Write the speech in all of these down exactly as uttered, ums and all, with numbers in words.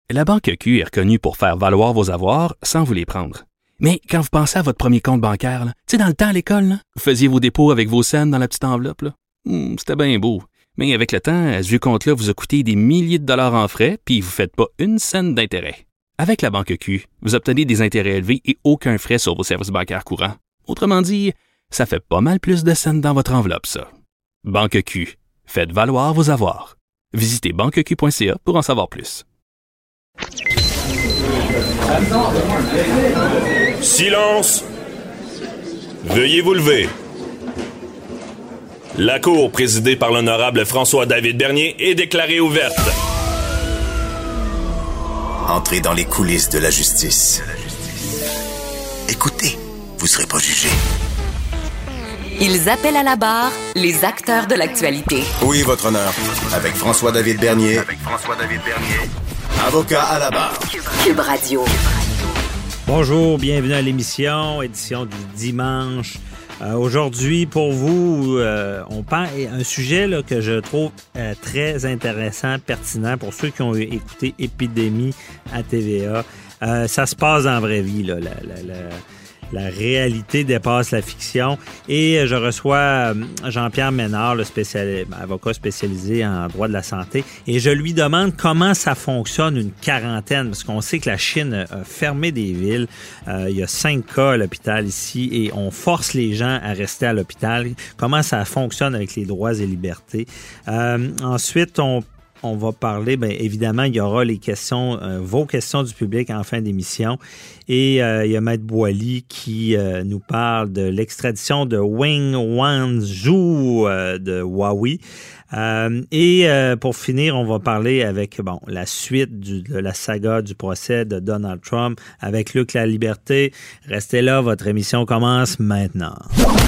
La Banque Q est reconnue pour faire valoir vos avoirs sans vous les prendre. Mais quand vous pensez à votre premier compte bancaire, tu sais, dans le temps à l'école, là, vous faisiez vos dépôts avec vos scènes dans la petite enveloppe. Là. Hum, c'était bien beau. Mais avec le temps, ce vieux compte-là vous a coûté des milliers de dollars en frais, puis vous ne faites pas une scène d'intérêt. Avec la Banque Q, vous obtenez des intérêts élevés et aucun frais sur vos services bancaires courants. Autrement dit, ça fait pas mal plus de scènes dans votre enveloppe, ça. Banque Q. Faites valoir vos avoirs. Visitez banque q point c a pour en savoir plus. Silence! Veuillez vous lever. La Cour, présidée par l'honorable François-David Bernier, est déclarée ouverte. Entrez dans les coulisses de la justice. Écoutez, vous serez pas jugé. Ils appellent à la barre les acteurs de l'actualité. Oui, votre honneur. Avec François-David Bernier. Avec François-David Bernier. Avocat à la barre. Cube Radio. Bonjour, bienvenue à l'émission, édition du dimanche. Euh, aujourd'hui, pour vous, euh, on parle un sujet là, que je trouve euh, très intéressant, pertinent pour ceux qui ont écouté Épidémie à T V A. Euh, ça se passe dans la vraie vie, là, la, la, la, la réalité dépasse la fiction. Et je reçois Jean-Pierre Ménard, le spécial, avocat spécialisé en droit de la santé, et je lui demande comment ça fonctionne une quarantaine, parce qu'on sait que la Chine a fermé des villes. Euh, il y a cinq cas à l'hôpital ici et on force les gens à rester à l'hôpital. Comment ça fonctionne avec les droits et libertés. Euh, ensuite, on On va parler, bien évidemment, il y aura les questions, euh, vos questions du public en fin d'émission. Et euh, il y a Maître Boily qui euh, nous parle de l'extradition de Wing Wanzhou euh, de Huawei. Euh, et euh, pour finir, on va parler avec bon la suite du, de la saga du procès de Donald Trump avec Luc La Liberté. Restez là, votre émission commence maintenant.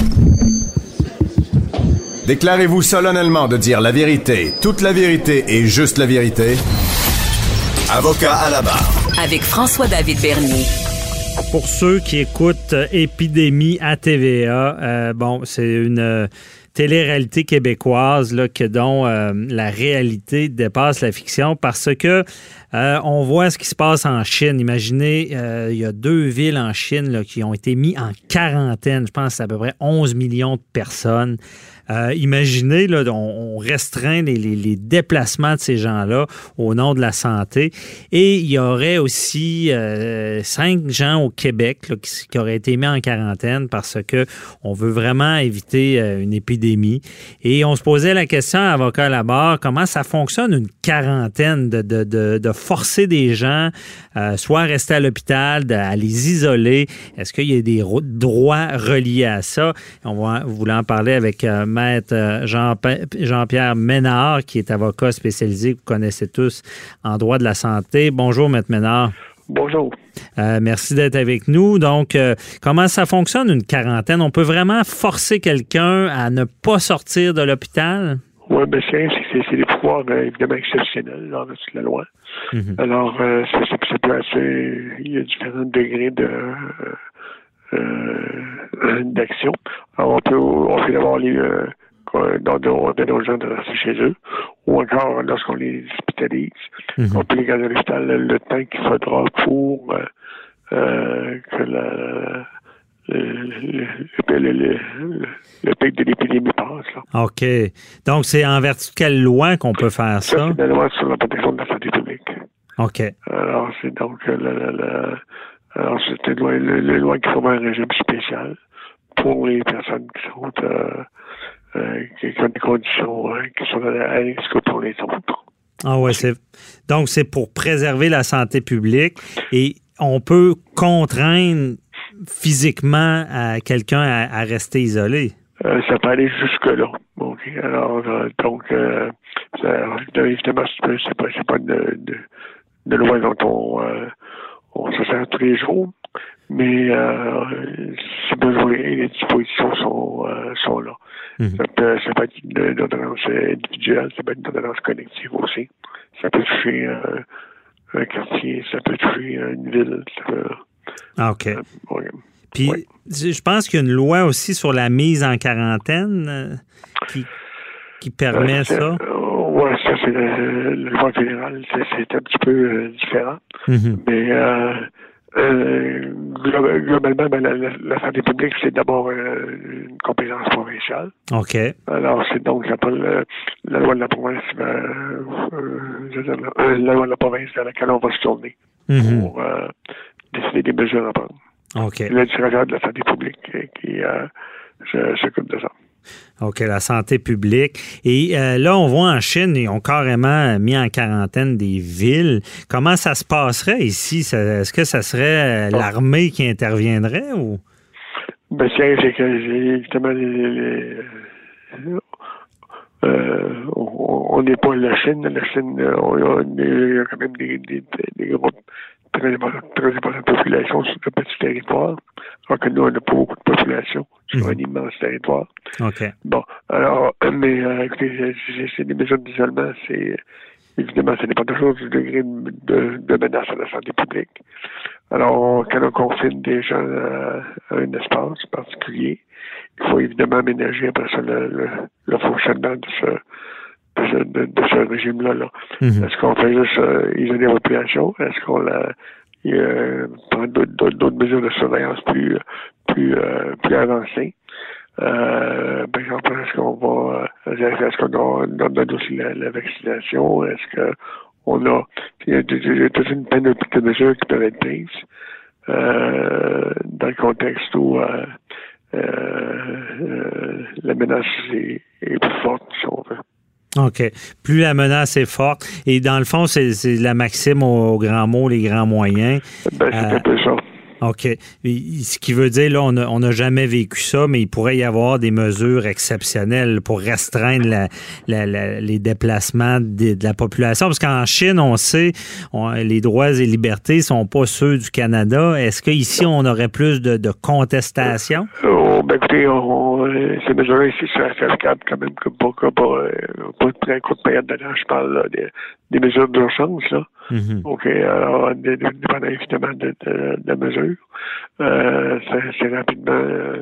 Déclarez-vous solennellement de dire la vérité, toute la vérité et juste la vérité. Avocat à la barre. Avec François-David Bernier. Pour ceux qui écoutent Épidémie à T V A, euh, bon, c'est une euh, télé-réalité québécoise là, que dont euh, la réalité dépasse la fiction parce que euh, on voit ce qui se passe en Chine. Imaginez, euh, il y a deux villes en Chine là, qui ont été mises en quarantaine. Je pense que c'est à peu près onze millions de personnes. Euh, imaginez, là, on, on restreint les, les, les déplacements de ces gens-là au nom de la santé. Et il y aurait aussi euh, cinq gens au Québec là, qui, qui auraient été mis en quarantaine parce que on veut vraiment éviter euh, une épidémie. Et on se posait la question à avocat à la barre, comment ça fonctionne une quarantaine de, de, de, de forcer des gens euh, soit à rester à l'hôpital, de, à les isoler. Est-ce qu'il y a des droits reliés à ça? On va vouloir en parler avec euh, Maître Jean, Jean-Pierre Ménard, qui est avocat spécialisé, que vous connaissez tous en droit de la santé. Bonjour, Maître Ménard. Bonjour. Euh, merci d'être avec nous. Donc, euh, comment ça fonctionne une quarantaine? On peut vraiment forcer quelqu'un à ne pas sortir de l'hôpital? Oui, bien c'est, c'est, c'est des pouvoirs euh, évidemment exceptionnels dans la loi. Mm-hmm. Alors, euh, ça, ça, ça peut assez... Il y a différents degrés de... Euh, Euh, d'action. Alors, on peut, on peut avoir les, euh, dans nos gens de rester chez eux, ou encore lorsqu'on les hospitalise, mm-hmm. on peut les garder à l'hôpital le, le temps qu'il faudra pour euh, euh, que la, le, le, le, le, le pic de l'épidémie passe. Là. OK. Donc, c'est en vertu de quelle loi qu'on peut faire ça? Ça, c'est la loi sur la protection de la santé publique. OK. Alors, c'est donc la... la, la Alors, c'était une loi, une loi qui forme un régime spécial pour les personnes qui sont euh, euh, qui ont des conditions hein, qui sont à risque pour les autres. Ah ouais, c'est donc c'est pour préserver la santé publique et on peut contraindre physiquement à quelqu'un à, à rester isolé. Euh, ça peut aller jusque-là. Okay. Alors, euh, donc, euh, ça, évidemment, c'est pas, c'est pas de, de, de loi dont on euh, on se sert tous les jours, mais euh, si besoin, les dispositions sont, euh, sont là. Mm-hmm. Ça, peut, ça peut être une, une ordonnance individuelle, ça peut être une ordonnance collective aussi. Ça peut toucher euh, un quartier, ça peut toucher une ville. Ça peut, ah, OK. Euh, ouais. Puis, ouais. Je pense qu'il y a une loi aussi sur la mise en quarantaine euh, qui, qui permet euh, ça. Euh, oui, ça, la, la loi fédérale, c'est, c'est un petit peu euh, différent. Mm-hmm. Mais euh, euh, globalement, ben, la, la, la santé publique, c'est d'abord euh, une compétence provinciale. OK. Alors, c'est donc la, la, la loi de la province, euh, euh, je veux dire, la, la loi de la province vers laquelle on va se tourner Mm-hmm. pour euh, décider des mesures à prendre. OK. Le directeur de la santé publique qui euh, s'occupe de ça. OK, la santé publique. Et euh, là, on voit en Chine, ils ont carrément mis en quarantaine des villes. Comment ça se passerait ici? Ça, est-ce que ça serait l'armée qui interviendrait ou? Ben, c'est, c'est que, évidemment, les, les, euh, on n'est pas la Chine. La Chine, on, on, il y a quand même des, des, des groupes très importante population sur un petit territoire, alors que nous, on n'a pas beaucoup de population sur mmh. un immense territoire. OK. Bon, alors, mais euh, écoutez, c'est, c'est des mesures d'isolement, c'est évidemment, ça dépend toujours du degré de, de menace à la santé publique. Alors, quand on confine des gens à, à un espace particulier, il faut évidemment aménager après ça le, le, le fonctionnement de ce De ce, de, de ce régime-là. Là. Mm-hmm. Est-ce qu'on fait juste euh, isoler la population? Est-ce qu'on la, euh, prend d'autres, d'autres, d'autres mesures de surveillance plus, plus, euh, plus avancées? Euh, par exemple, est-ce qu'on va, est-ce qu'on a, on donne aussi la, la vaccination? Est-ce qu'on a, il y a toute une panoplie de mesures qui peuvent être prises euh, dans le contexte où euh, euh, euh, la menace est, est plus forte, si on veut. OK. Plus la menace est forte. Et dans le fond, c'est, c'est la maxime aux, aux grands mots, les grands moyens. Ben, c'est euh, un peu ça. OK. Et, ce qui veut dire, là, on n'a on a jamais vécu ça, mais il pourrait y avoir des mesures exceptionnelles pour restreindre la, la, la, les déplacements de, de la population. Parce qu'en Chine, on sait, on, les droits et libertés sont pas ceux du Canada. Est-ce qu'ici, on aurait plus de, de contestation? Oh, ben, écoutez, on, on, ces mesures-là ici sont assez applicables quand même, comme pas, comme pas, pas de très courte période de temps. Je parle là, des, des mesures d'urgence, là. Mm-hmm. OK, alors, dépendant évidemment de, de, de la mesure, euh, ça, c'est rapidement, euh,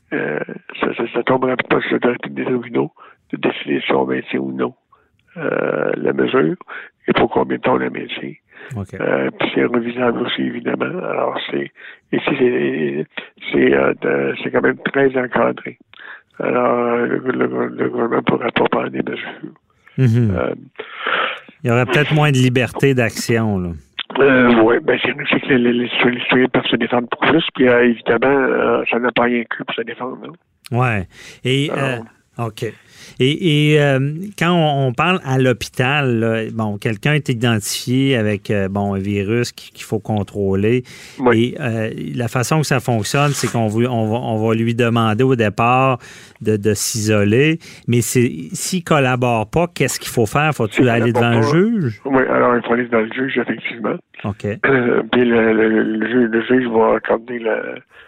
ça, ça, ça tombe rapidement sur l'autorité des tribunaux de décider si on maintient ou non euh, la mesure et pour combien de temps on la maintient. Okay. Euh, puis c'est revisable aussi, évidemment. Alors, c'est, ici, c'est, c'est, euh, de, c'est quand même très encadré. Alors, le, le, le gouvernement ne pourra pas prendre des mesures. Mm-hmm. Euh, Il y aurait peut-être moins de liberté d'action, là. Euh, oui, ben c'est, c'est que les, les, les citoyens peuvent se défendre beaucoup plus, puis euh, évidemment, euh, ça n'a pas rien que pour se défendre. Oui. Et, euh, OK. Et, et euh, quand on, on parle à l'hôpital, là, bon, quelqu'un est identifié avec euh, bon, un virus qu'il faut contrôler. Oui. Et euh, la façon que ça fonctionne, c'est qu'on va, on va, on va lui demander au départ de, de s'isoler. Mais c'est, s'il ne collabore pas, qu'est-ce qu'il faut faire? Faut-il aller devant un juge? Oui, alors il faut aller devant le juge, effectivement. OK. Euh, puis le, le, le, juge, le juge va accorder la,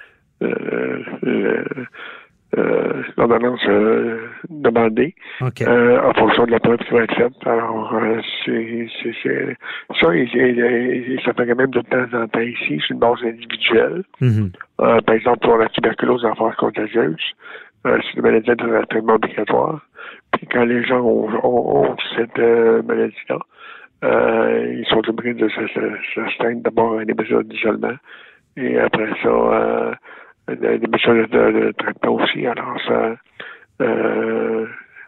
le, le, Euh, l'ordonnance euh, demandée okay. euh, en fonction de la preuve qui va être faite. Alors, euh, c'est, c'est, c'est ça, et, et, et ça fait quand même de temps en temps ici, c'est une base individuelle. Mm-hmm. Euh, par exemple, pour la tuberculose en phase contagieuse, euh, c'est une maladie de traitement obligatoire. Puis quand les gens ont, ont, ont cette euh, maladie-là, euh, ils sont obligés de se, se, se s'astreindre d'abord à des mesures d'isolement et après ça, euh, des mesures de, de, de traitement aussi. Alors, ça, euh,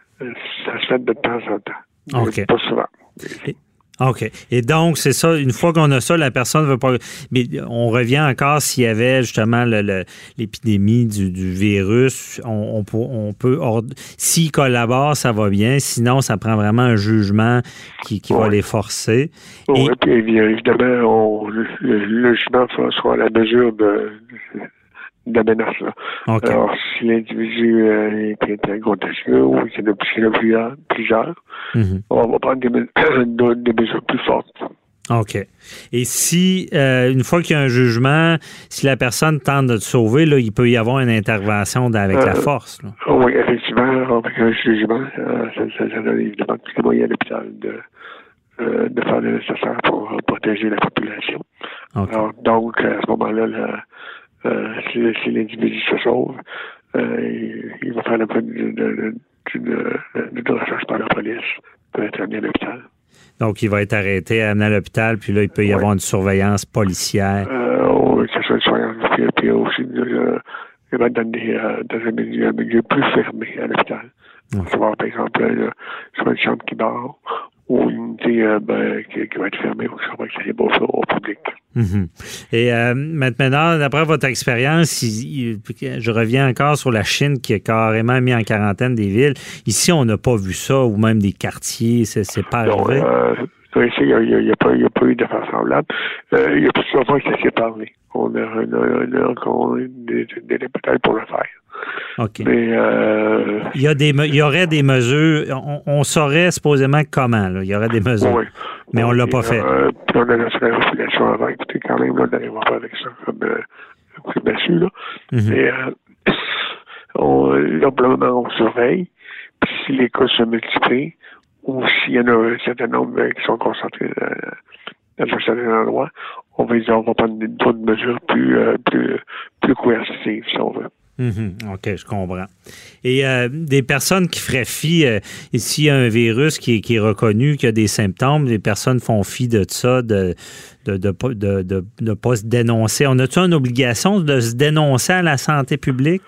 ça se fait de temps en temps. Okay. Pas souvent. Et, OK. Et donc, c'est ça, une fois qu'on a ça, la personne ne veut pas... Mais on revient encore s'il y avait justement le, le, l'épidémie du, du virus. On, on, on peut... Or, s'ils collaborent, ça va bien. Sinon, ça prend vraiment un jugement qui, qui ouais. va les forcer. Oui, et puis évidemment, on, le, le jugement sera à la mesure de... de la menace. Là. Okay. Alors, si l'individu euh, est très contagieux ou qu'il y en a plusieurs, plusieurs mm-hmm. on va prendre des, des mesures plus fortes. OK. Et si, euh, une fois qu'il y a un jugement, si la personne tente de te sauver, là, il peut y avoir une intervention avec euh, la force. Là. Oui, effectivement, avec un jugement, euh, ça, ça, ça donne évidemment tous les moyens à l'hôpital de, euh, de faire le nécessaire pour euh, protéger la population. Okay. Alors, donc, à ce moment-là, la Euh, si, si l'individu se sauve, euh, il, il va faire l'objet d'une, d'une, d'une, d'une recherche par la police peut être amené à l'hôpital. Donc, il va être arrêté, amené à l'hôpital, puis là, il peut y oui. avoir une surveillance policière. Euh, oui, c'est ça, une surveillance policière, puis aussi, euh, il va être dans, des, euh, dans un, milieu, un milieu plus fermé à l'hôpital. Okay. Tu vois, par exemple, là, sur une chambre qui dort, ou une unité euh, ben, qui, qui va être fermée, ou qui sera accessible au, au public. Mm-hmm. Et euh, maintenant, d'après votre expérience, il, il, je reviens encore sur la Chine qui a carrément mis en quarantaine des villes. Ici, on n'a pas vu ça, ou même des quartiers, c'est, c'est pas arrivé. Non, euh, ici, il n'y a, a, a, a pas eu d'affaires semblables. Euh, il y a plusieurs fois qui s'est parlé. On a, on a, on a encore des délais peut-être pour le faire. OK. Mais, euh, il, y a des, il y aurait des mesures, on, on saurait supposément comment, là. Il y aurait des mesures. Oui. Mais on ne l'a pas euh, fait. Puis on a lancé la population avant. Écoutez, quand même, là, on n'arrive pas avec ça comme euh, un coup de massue, là. Mm-hmm. Mais euh, on, là, pour le moment, on surveille. Puis si les cas se multiplient, ou s'il y en a un certain nombre qui sont concentrés euh, dans un certain endroit, on va dire on va prendre d'autres mesures plus, euh, plus, plus coercitives, si on veut. Mm-hmm. OK, je comprends. Et euh, des personnes qui feraient fi, euh, s'il y a un virus qui est, qui est reconnu, qui a des symptômes, les personnes font fi de ça, de de de de, de, de, de pas se dénoncer. On a-tu une obligation de se dénoncer à la santé publique?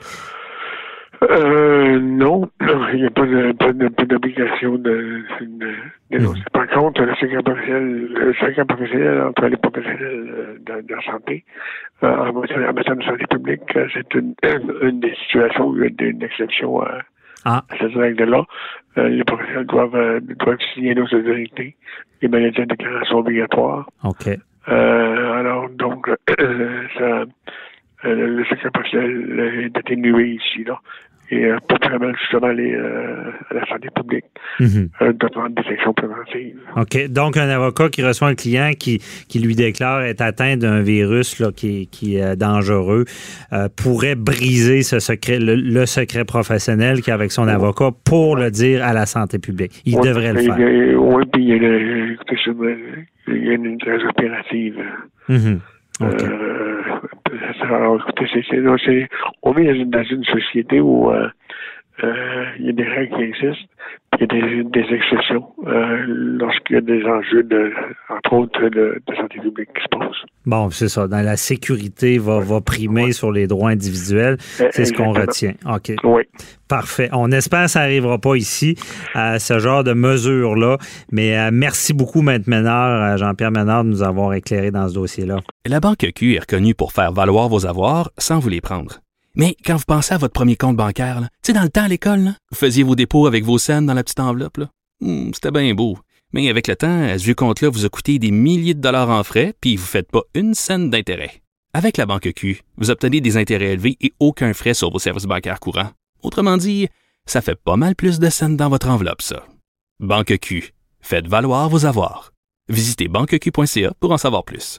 Euh, non, il n'y a pas, de, pas, de, pas d'obligation de, de dénoncer. Mmh. Par contre, le secret professionnel, le secret professionnel entre les professionnels de, de la santé, euh, en matière de santé publique, c'est une, une des situations où il y a une exception à, ah. à cette règle-là. Euh, les professionnels doivent, euh, doivent signer nos autorités. Les maladies de déclaration obligatoire. OK. Euh, alors, donc, euh, ça, euh, le secret professionnel est atténué ici, là. Et euh, pour permettre justement les, euh, à la santé publique mm-hmm. euh, de prendre des actions préventives. OK. Donc, un avocat qui reçoit un client qui, qui lui déclare être atteint d'un virus là, qui, qui est dangereux euh, pourrait briser ce secret, le, le secret professionnel qu'il a avec son avocat pour le dire à la santé publique. Il oui, devrait le faire. Oui, puis il y a, le, écoutez, il y a une très opérative. Mm-hmm. Okay. Euh, alors, écoutez, c'est, c'est, non, c'est, on est dans une, dans une société où euh, euh, il y a des règles qui existent, puis il y a des, des exceptions euh, lorsqu'il y a des enjeux, de, entre autres, de, de santé publique qui se posent. Bon, c'est ça. Dans la sécurité va, va primer ouais. sur les droits individuels. C'est Exactement. Ce qu'on retient. OK. Oui. Parfait. On espère que ça n'arrivera pas ici, à ce genre de mesures-là. Mais euh, merci beaucoup, Maître Ménard, Jean-Pierre Ménard, de nous avoir éclairé dans ce dossier-là. La Banque Q est reconnue pour faire valoir vos avoirs sans vous les prendre. Mais quand vous pensez à votre premier compte bancaire, tu sais, dans le temps à l'école, là, vous faisiez vos dépôts avec vos scènes dans la petite enveloppe. Là. Hum, c'était bien beau. Mais avec le temps, ce vieux compte-là vous a coûté des milliers de dollars en frais, puis vous ne faites pas une scène d'intérêt. Avec la Banque Q, vous obtenez des intérêts élevés et aucun frais sur vos services bancaires courants. Autrement dit, ça fait pas mal plus de scènes dans votre enveloppe, ça. Banque Q. Faites valoir vos avoirs. Visitez banque q point c a pour en savoir plus.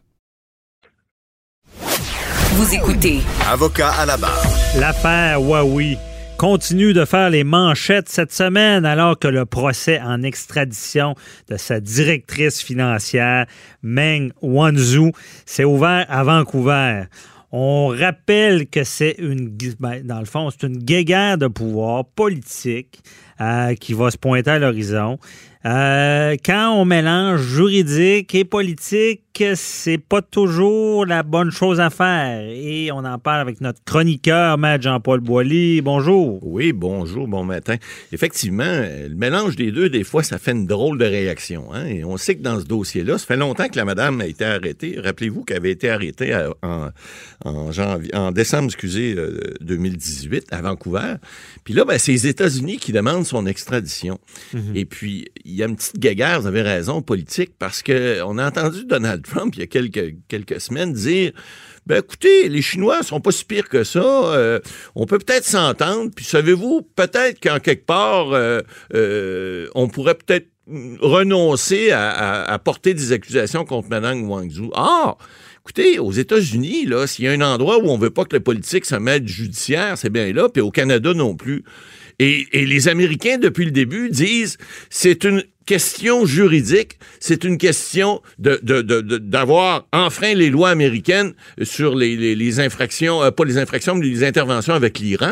Vous écoutez Avocat à la barre. L'affaire Huawei continue de faire les manchettes cette semaine alors que le procès en extradition de sa directrice financière, Meng Wanzhou, s'est ouvert à Vancouver. On rappelle que c'est une, ben, dans le fond, c'est une guéguerre de pouvoir politique euh, qui va se pointer à l'horizon. Euh, quand on mélange juridique et politique, c'est pas toujours la bonne chose à faire. Et on en parle avec notre chroniqueur, Maître Jean-Paul Boilly. Bonjour. Oui, bonjour, bon matin. Effectivement, le mélange des deux, des fois, ça fait une drôle de réaction. Hein? Et on sait que dans ce dossier-là, ça fait longtemps que la madame a été arrêtée. Rappelez-vous qu'elle avait été arrêtée à, en, en, janvier, en décembre, excusez, deux mille dix-huit, à Vancouver. Puis là, ben, c'est les États-Unis qui demandent son extradition. Mm-hmm. Et puis, il y a une petite guéguerre, vous avez raison, politique, parce qu'on a entendu Donald Trump, il y a quelques, quelques semaines, dire « Ben écoutez, les Chinois sont pas si pires que ça, euh, on peut peut-être s'entendre, puis savez-vous, peut-être qu'en quelque part, euh, euh, on pourrait peut-être renoncer à, à, à porter des accusations contre Mme Wanzhou. Ah! Écoutez, aux États-Unis, là, s'il y a un endroit où on veut pas que la politique se mette judiciaire, c'est bien là, puis au Canada non plus. Et, et les Américains, depuis le début, disent c'est une question juridique, c'est une question de, de, de, de d'avoir enfreint les lois américaines sur les, les, les infractions, euh, pas les infractions, mais les interventions avec l'Iran.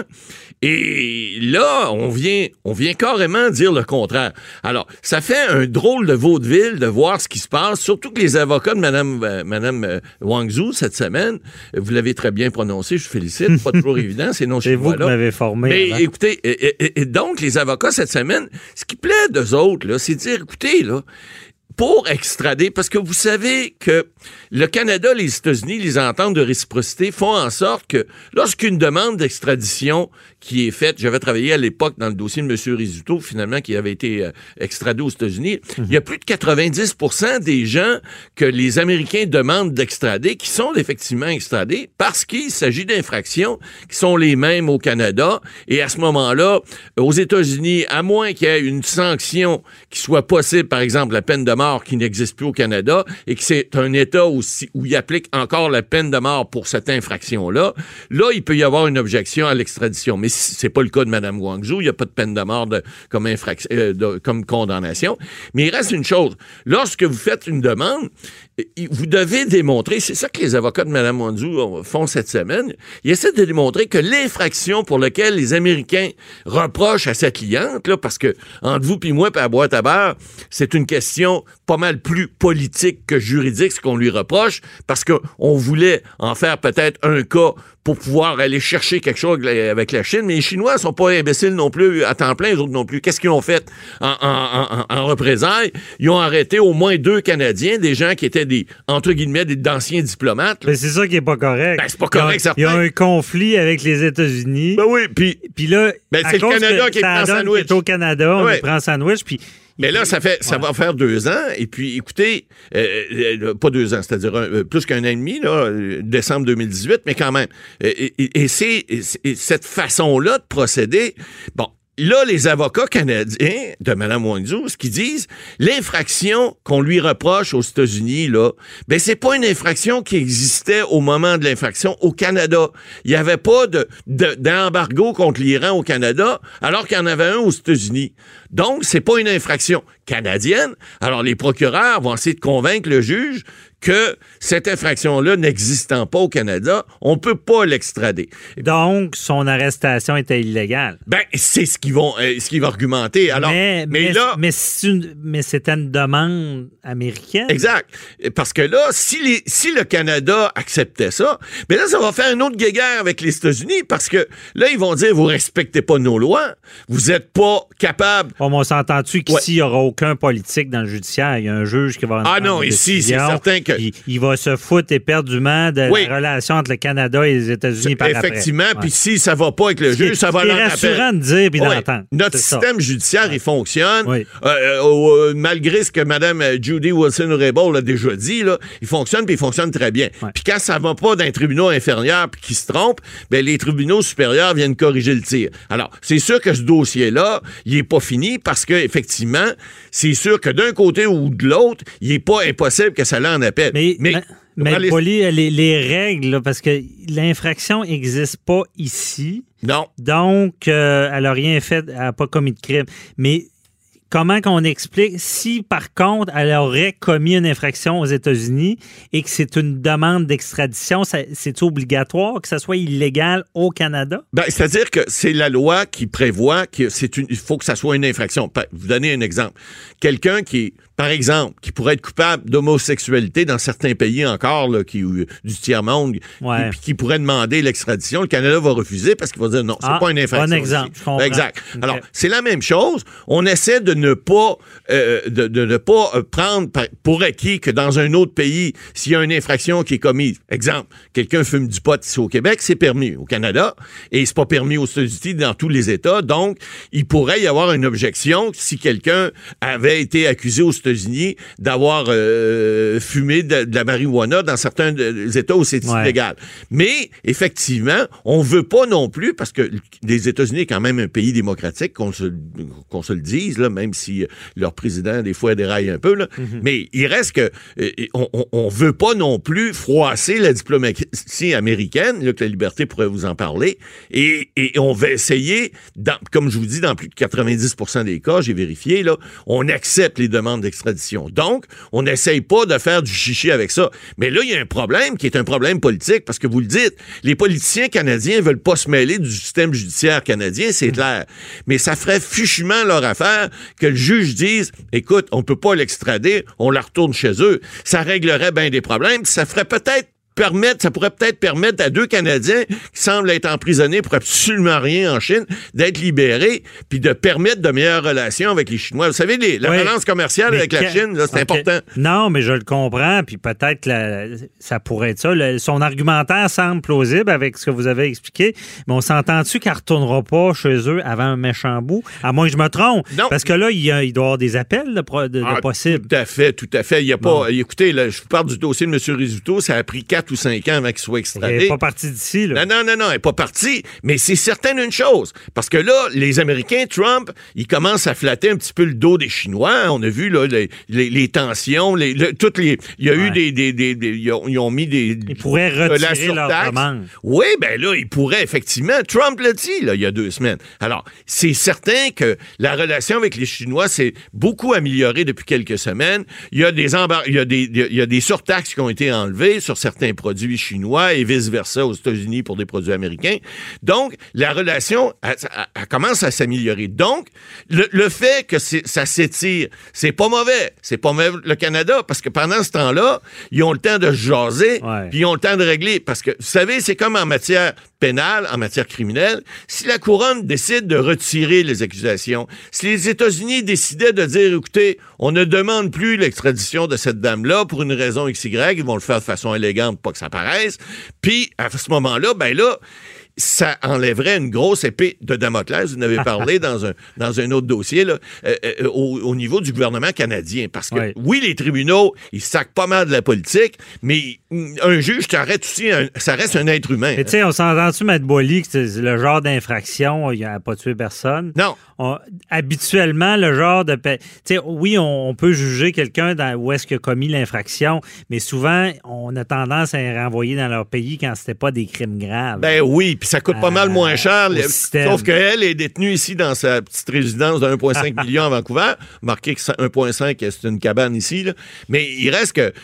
Et là, on vient, on vient carrément dire le contraire. Alors, ça fait un drôle de vaudeville de voir ce qui se passe, surtout que les avocats de Mme, euh, Mme euh, Wang Zhu cette semaine, vous l'avez très bien prononcé, je vous félicite, pas toujours évident, c'est non c'est vous qui m'avez formé. Mais avant. écoutez, et, et, et donc, les avocats cette semaine, ce qui plaît d'eux autres, là, c'est de dire, écoutez, là, pour extrader, parce que vous savez que le Canada, les États-Unis, les ententes de réciprocité font en sorte que lorsqu'une demande d'extradition qui est faite, j'avais travaillé à l'époque dans le dossier de M. Rizzuto, finalement, qui avait été euh, extradé aux États-Unis, mm-hmm. il y a plus de quatre-vingt-dix pour cent des gens que les Américains demandent d'extrader qui sont effectivement extradés parce qu'il s'agit d'infractions qui sont les mêmes au Canada. Et à ce moment-là, aux États-Unis, à moins qu'il y ait une sanction qui soit possible, par exemple la peine de mort qui n'existe plus au Canada et que c'est un État aussi où il applique encore la peine de mort pour cette infraction-là, là, il peut y avoir une objection à l'extradition. Mais c'est pas le cas de Mme Wang Zhu, il n'y a pas de peine de mort de, comme, infraction, euh, de, comme condamnation. Mais il reste une chose, lorsque vous faites une demande, vous devez démontrer, c'est ça que les avocats de Mme Wang Zhu font cette semaine, ils essaient de démontrer que l'infraction pour laquelle les Américains reprochent à sa cliente, là, parce que entre vous puis moi, puis à boîte à beurre, c'est une question pas mal plus politique que juridique, ce qu'on lui reproche, parce qu'on voulait en faire peut-être un cas pour pouvoir aller chercher quelque chose avec la Chine, mais les Chinois sont pas imbéciles non plus à temps plein, les autres non plus. Qu'est-ce qu'ils ont fait en, en, en, en représailles? Ils ont arrêté au moins deux Canadiens, des gens qui étaient des, entre guillemets, des d'anciens diplomates. Mais c'est ça qui est pas correct. Ben, c'est pas correct, certain. Il y a un conflit avec les États-Unis. Ben oui, puis... Puis là, ben, c'est le Canada qui est en sandwich. Est au Canada, on ouais. prend sandwich, puis... Mais là, ça fait, ça ouais. va faire deux ans. Et puis, écoutez, euh, euh, pas deux ans, c'est-à-dire un, plus qu'un an et demi, là, décembre deux mille dix-huit, mais quand même. Et, et, et c'est et cette façon-là de procéder. Bon. Là, les avocats canadiens de Mme Wang Zhu, ce qu'ils disent, l'infraction qu'on lui reproche aux États-Unis, là, ben c'est pas une infraction qui existait au moment de l'infraction au Canada. Il n'y avait pas de, de, d'embargo contre l'Iran au Canada, alors qu'il y en avait un aux États-Unis. Donc, c'est pas une infraction canadienne. Alors, les procureurs vont essayer de convaincre le juge que cette infraction-là n'existant pas au Canada, on peut pas l'extrader. Donc, son arrestation était illégale. Ben, c'est ce qu'ils vont, euh, ce qu'ils vont argumenter. Alors, mais, mais, mais là, mais, c'est une, mais c'était une demande américaine. Exact. Parce que là, si, les, si le Canada acceptait ça, mais là, ça va faire une autre guéguerre avec les États-Unis parce que là, ils vont dire, vous respectez pas nos lois, vous êtes pas capable. Oh, mais on s'entend-tu qu'ici, il ouais. n'y aura aucun politique dans le judiciaire? Il y a un juge qui va... Ah non, ici, c'est certain que... Il, il va se foutre éperdument de oui. la relation entre le Canada et les États-Unis par après. Effectivement, puis ouais. si ça va pas avec le juge, ça va l'en appeler. C'est rassurant de dire puis ouais. d'entendre. Notre c'est système ça. judiciaire, ouais. il fonctionne. Oui. Euh, euh, malgré ce que Mme Judy Wilson-Raybould a déjà dit, là, il fonctionne puis il fonctionne très bien. Ouais. Puis quand ça va pas d'un tribunal inférieur puis qui se trompe, ben les tribunaux supérieurs viennent corriger le tir. Alors, c'est sûr que ce dossier-là, il est pas fini parce que effectivement, c'est sûr que d'un côté ou de l'autre, il est pas impossible que ça l'en appelle. Mais, mais, mais les... Paulie, les, les règles, là, parce que l'infraction n'existe pas ici. Non. Donc, euh, elle n'a rien fait, elle n'a pas commis de crime. Mais comment qu'on explique si, par contre, elle aurait commis une infraction aux États-Unis et que c'est une demande d'extradition, ça, c'est obligatoire que ça soit illégal au Canada? Ben, c'est-à-dire que c'est la loi qui prévoit que c'est une, il faut que ça soit une infraction. Vous donnez un exemple. Quelqu'un qui, par exemple, qui pourrait être coupable d'homosexualité dans certains pays encore, là, qui, du tiers-monde, ouais. qui, qui pourrait demander l'extradition, le Canada va refuser parce qu'il va dire non, c'est ah, pas une infraction. Bon exemple, je comprends. Exact. Okay. Alors, c'est la même chose. On essaie de ne pas euh, de, de ne pas prendre pour acquis que dans un autre pays, s'il y a une infraction qui est commise, exemple, quelqu'un fume du pot ici au Québec, c'est permis au Canada et c'est pas permis aux États-Unis dans tous les États. Donc, il pourrait y avoir une objection si quelqu'un avait été accusé aux États-Unis États-Unis d'avoir euh, fumé de, de la marijuana dans certains États où c'est ouais. illégal. Mais, effectivement, on veut pas non plus, parce que les États-Unis est quand même un pays démocratique, qu'on se, qu'on se le dise, là, même si leur président, des fois, déraille un peu, là. Mm-hmm. Mais il reste que euh, on, on, on veut pas non plus froisser la diplomatie américaine, là, que la liberté pourrait vous en parler, et, et on va essayer, dans, comme je vous dis, dans plus de quatre-vingt-dix pour cent des cas, j'ai vérifié, là, on accepte les demandes d'extradition. Donc, on n'essaye pas de faire du chichi avec ça. Mais là, il y a un problème qui est un problème politique, parce que vous le dites, les politiciens canadiens veulent pas se mêler du système judiciaire canadien, c'est mmh. clair. Mais ça ferait fichement leur affaire que le juge dise, écoute, on peut pas l'extrader, on la retourne chez eux. Ça réglerait bien des problèmes, ça ferait peut-être permettre, ça pourrait peut-être permettre à deux Canadiens qui semblent être emprisonnés pour absolument rien en Chine d'être libérés, puis de permettre de meilleures relations avec les Chinois. Vous savez, les, la oui, balance commerciale avec que, la Chine, là, c'est okay. important. Non, mais je le comprends, puis peut-être la, ça pourrait être ça. Le, son argumentaire semble plausible avec ce que vous avez expliqué, mais on s'entend-tu qu'elle ne retournera pas chez eux avant un méchant bout? À moins que je me trompe. Non. Parce que là, il, y a, il doit y avoir des appels de, de, ah, de possibles. Tout à fait, tout à fait. Il y a bon. pas... Écoutez, là, je vous parle du dossier de M. Rizzuto, ça a pris quatre ou cinq ans avant qu'il soit extradé. Elle n'est pas partie d'ici, là. Non, non, non, non, elle n'est pas partie. Mais c'est certain d'une chose. Parce que là, les Américains, Trump, ils commencent à flatter un petit peu le dos des Chinois. On a vu, là, les, les, les tensions, les, le, toutes les... Il y a ouais. eu des... des, des, des ils, ont, ils ont mis des... Ils pourraient retirer euh, leur demande. Oui, ben là, ils pourraient, effectivement. Trump l'a dit, là, il y a deux semaines. Alors, c'est certain que la relation avec les Chinois s'est beaucoup améliorée depuis quelques semaines. Il y a des, embar- il y a des, il y a des surtaxes qui ont été enlevées sur certains produits chinois et vice-versa aux États-Unis pour des produits américains. Donc, la relation, elle, elle commence à s'améliorer. Donc, le, le fait que c'est, ça s'étire, c'est pas mauvais. C'est pas mauvais le Canada, parce que pendant ce temps-là, ils ont le temps de se jaser, ouais. puis ils ont le temps de régler. Parce que, vous savez, c'est comme en matière pénale, en matière criminelle. Si la couronne décide de retirer les accusations, si les États-Unis décidaient de dire, écoutez, on ne demande plus l'extradition de cette dame-là pour une raison X Y, ils vont le faire de façon élégante, pas que ça paraisse. Puis, à ce moment-là, ben là, ça enlèverait une grosse épée de Damoclès. Vous en avez parlé dans un, dans un autre dossier, là, euh, euh, au, au niveau du gouvernement canadien. Parce que, oui, oui les tribunaux, ils sacent pas mal de la politique, mais un juge, ça reste aussi un, ça reste un être humain. Mais tu sais, on s'entend-tu, M. Boily, que c'est le genre d'infraction, il n'a pas tué personne? Non. On, habituellement, le genre de... Tu sais, oui, on, on peut juger quelqu'un dans, où est-ce qu'il a commis l'infraction, mais souvent, on a tendance à les renvoyer dans leur pays quand c'était pas des crimes graves. Ben oui, puis ça coûte pas euh, mal moins cher. Les, sauf qu'elle est détenue ici dans sa petite résidence de un virgule cinq million à Vancouver. Marqué que un virgule cinq, c'est une cabane ici. Là. Mais il reste que...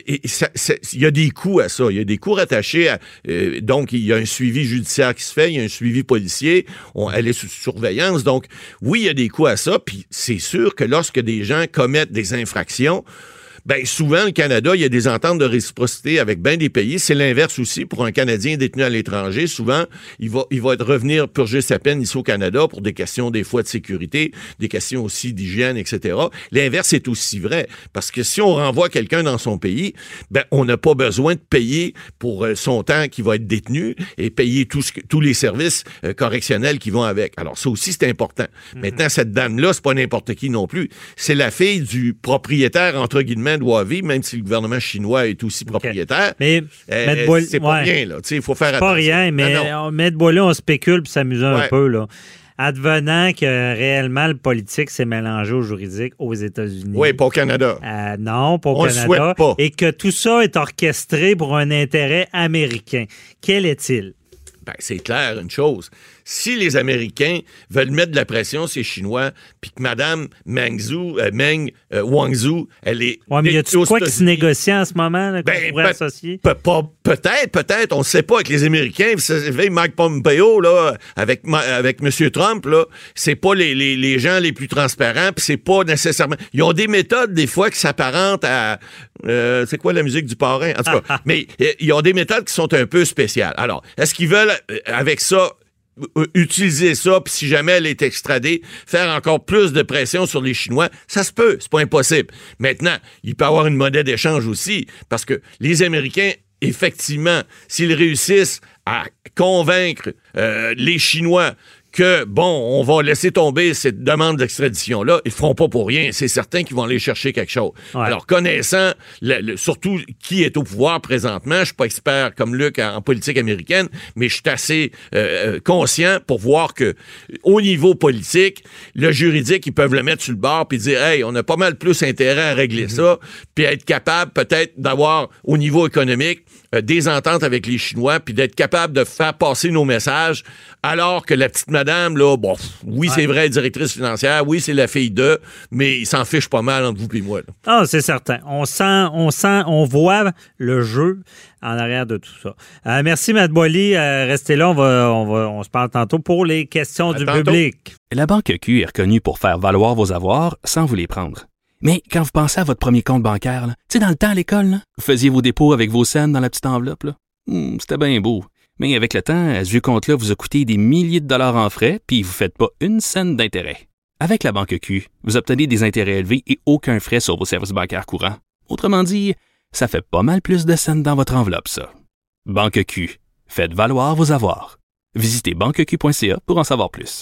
Il y a des coûts à ça. Il y a des coûts rattachés à... Euh, donc, il y a un suivi judiciaire qui se fait. Il y a un suivi policier. On, elle est sous surveillance. Donc, oui, il y a des coûts à ça. Puis c'est sûr que lorsque des gens commettent des infractions... Bien, souvent, le Canada, il y a des ententes de réciprocité avec bien des pays. C'est l'inverse aussi pour un Canadien détenu à l'étranger. Souvent, il va, il va être revenir purger sa peine ici au Canada pour des questions, des fois, de sécurité, des questions aussi d'hygiène, et cetera. L'inverse est aussi vrai. Parce que si on renvoie quelqu'un dans son pays, ben, on n'a pas besoin de payer pour son temps qui va être détenu et payer tout ce que, tous les services euh, correctionnels qui vont avec. Alors, ça aussi, c'est important. Mm-hmm. Maintenant, cette dame-là, c'est pas n'importe qui non plus. C'est la fille du propriétaire, entre guillemets, de Huawei, même si le gouvernement chinois est aussi propriétaire. Okay. Mais euh, Boil... c'est pas ouais. rien, là. Il faut faire c'est attention. Pas rien, mais ah, M. Boilly, on spécule puis s'amuse ouais. un peu, là. Advenant que réellement le politique s'est mélangé au juridique aux États-Unis. Oui, pas au Canada. Euh, non, pas au on Canada. Le souhaite pas. Et que tout ça est orchestré pour un intérêt américain. Quel est-il? Ben, c'est clair, une chose. Si les Américains veulent mettre de la pression sur les Chinois, puis que Mme Meng Zhu, euh, Meng euh, Wanzhou, elle est... Oui, mais y a-tu quoi qui se négocie en ce moment, là, qu'on ben, pourrait pe- associer? Pe- pe- peut-être, peut-être, on ne sait pas avec les Américains. Vous savez, Mike Pompeo, là, avec, avec M. Trump, là, c'est pas les, les, les gens les plus transparents, puis c'est pas nécessairement... Ils ont des méthodes, des fois, qui s'apparentent à... Euh, c'est quoi la musique du parrain? En tout cas, mais euh, ils ont des méthodes qui sont un peu spéciales. Alors, est-ce qu'ils veulent, euh, avec ça... utiliser ça, puis si jamais elle est extradée, faire encore plus de pression sur les Chinois, ça se peut, c'est pas impossible. Maintenant, il peut y avoir une monnaie d'échange aussi, parce que les Américains, effectivement, s'ils réussissent à convaincre euh, les Chinois que, bon, on va laisser tomber cette demande d'extradition-là, ils ne feront pas pour rien. C'est certain qu'ils vont aller chercher quelque chose. Ouais. Alors, connaissant le, le, surtout qui est au pouvoir présentement, je ne suis pas expert comme Luc en, en politique américaine, mais je suis assez euh, conscient pour voir que au niveau politique, le juridique, ils peuvent le mettre sur le bord puis dire, hey, on a pas mal plus intérêt à régler mm-hmm. ça, puis être capable peut-être d'avoir, au niveau économique, euh, des ententes avec les Chinois, puis d'être capable de faire passer nos messages, alors que la petite madame, là, bon, oui, ouais. c'est vrai, directrice financière, oui, c'est la fille de, mais il s'en fiche pas mal entre vous et moi. Là. Ah, c'est certain. On sent, on sent, on voit le jeu en arrière de tout ça. Euh, merci, Matt Boily. Euh, restez là, on va, on va, on se parle tantôt pour les questions à du tantôt. Public. La Banque Q est reconnue pour faire valoir vos avoirs sans vous les prendre. Mais quand vous pensez à votre premier compte bancaire, tu sais, dans le temps à l'école, là, vous faisiez vos dépôts avec vos scènes dans la petite enveloppe. Là. Hum, c'était bien beau. Mais avec le temps, ce vieux compte-là vous a coûté des milliers de dollars en frais, puis vous ne faites pas une scène d'intérêt. Avec la Banque Q, vous obtenez des intérêts élevés et aucun frais sur vos services bancaires courants. Autrement dit, ça fait pas mal plus de scènes dans votre enveloppe, ça. Banque Q. Faites valoir vos avoirs. Visitez banque q point c a pour en savoir plus.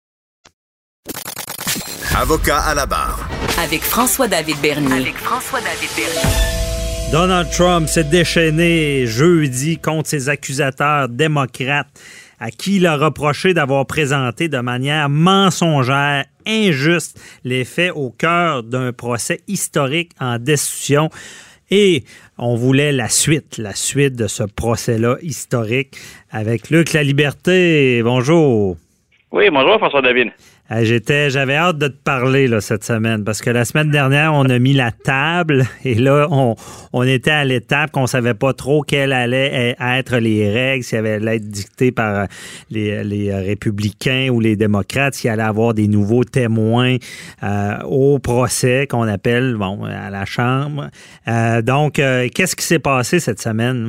Avocat à la barre. Avec François-David Bernier. Avec François-David Bernier. Donald Trump s'est déchaîné jeudi contre ses accusateurs démocrates à qui il a reproché d'avoir présenté de manière mensongère, injuste, les faits au cœur d'un procès historique en destitution. Et on voulait la suite, la suite de ce procès-là historique avec Luc Laliberté. Bonjour. Oui, bonjour François-David. J'étais, j'avais hâte de te parler là, cette semaine parce que la semaine dernière, on a mis la table et là, on, on était à l'étape qu'on savait pas trop quelles allaient être les règles, si elles allaient être dictées par les, les républicains ou les démocrates, s'il allait avoir des nouveaux témoins euh, au procès qu'on appelle, bon, à la Chambre. Euh, donc, euh, qu'est-ce qui s'est passé cette semaine?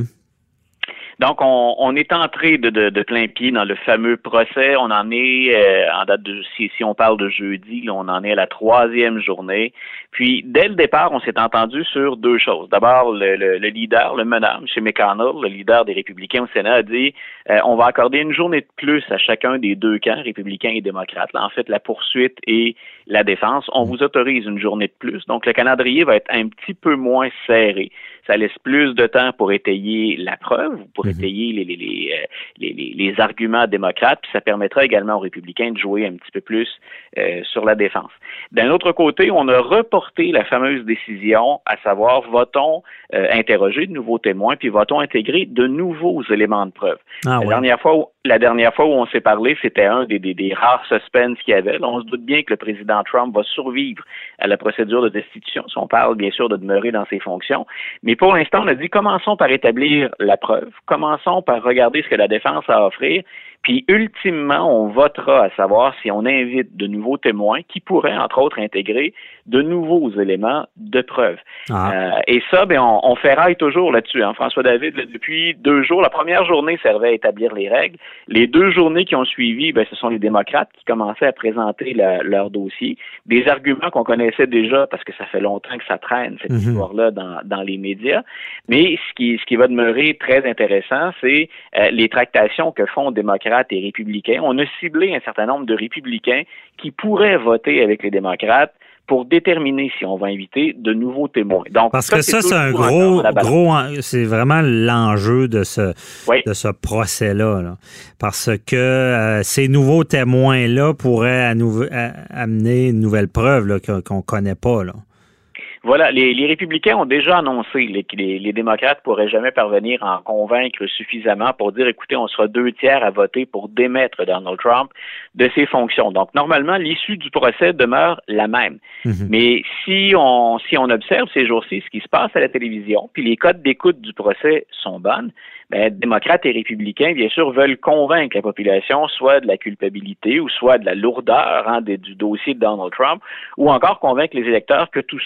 Donc, on, on est entré de, de, de plein pied dans le fameux procès. On en est, euh, en date de, si, si on parle de jeudi, là, on en est à la troisième journée. Puis, dès le départ, on s'est entendu sur deux choses. D'abord, le, le, le leader, le meneur, M. McConnell, le leader des républicains au Sénat, a dit euh, on va accorder une journée de plus à chacun des deux camps, républicains et démocrates. Là, en fait, la poursuite et la défense. On vous autorise une journée de plus. Donc, le calendrier va être un petit peu moins serré. Ça laisse plus de temps pour étayer la preuve, pour étayer les, les, les, les, les, les arguments démocrates, puis ça permettra également aux républicains de jouer un petit peu plus euh, sur la défense. D'un autre côté, on a reporté la fameuse décision, à savoir, va-t-on euh, interroger de nouveaux témoins, puis va-t-on intégrer de nouveaux éléments de preuve. Ah, ouais. La dernière fois où, la dernière fois où on s'est parlé, c'était un des, des, des rares suspens qu'il y avait. Là, on se doute bien que le président Trump va survivre à la procédure de destitution, si on parle bien sûr de demeurer dans ses fonctions. Mais pour l'instant, on a dit commençons par établir la preuve, commençons par regarder ce que la défense a à offrir, puis ultimement, on votera à savoir si on invite de nouveaux témoins qui pourraient, entre autres, intégrer de nouveaux éléments de preuve. Ah. Euh, et ça, ben, on, on ferraille toujours là-dessus. Hein. François David, là, depuis deux jours, la première journée servait à établir les règles. Les deux journées qui ont suivi, ben, ce sont les démocrates qui commençaient à présenter la, leur dossier. Des arguments qu'on connaissait déjà parce que ça fait longtemps que ça traîne, cette mm-hmm. histoire-là, dans, dans les médias. Mais ce qui, ce qui va demeurer très intéressant, c'est euh, les tractations que font démocrates et républicains. On a ciblé un certain nombre de républicains qui pourraient voter avec les démocrates pour déterminer si on va inviter de nouveaux témoins. Donc, parce ça, que ça, c'est un gros, gros, c'est vraiment l'enjeu de ce, oui. de ce procès-là, là. Parce que euh, ces nouveaux témoins-là pourraient à nouveau, à, amener une nouvelle preuve là, qu'on ne connaît pas, là. Voilà, les, les républicains ont déjà annoncé les, que les, les démocrates pourraient jamais parvenir à en convaincre suffisamment pour dire, écoutez, on sera deux tiers à voter pour démettre Donald Trump de ses fonctions. Donc, normalement, l'issue du procès demeure la même. Mm-hmm. Mais si on, si on observe ces jours-ci ce qui se passe à la télévision, puis les codes d'écoute du procès sont bonnes, ben, démocrates et républicains, bien sûr, veulent convaincre la population soit de la culpabilité ou soit de la lourdeur hein, des, du dossier de Donald Trump, ou encore convaincre les électeurs que tout ça ne compte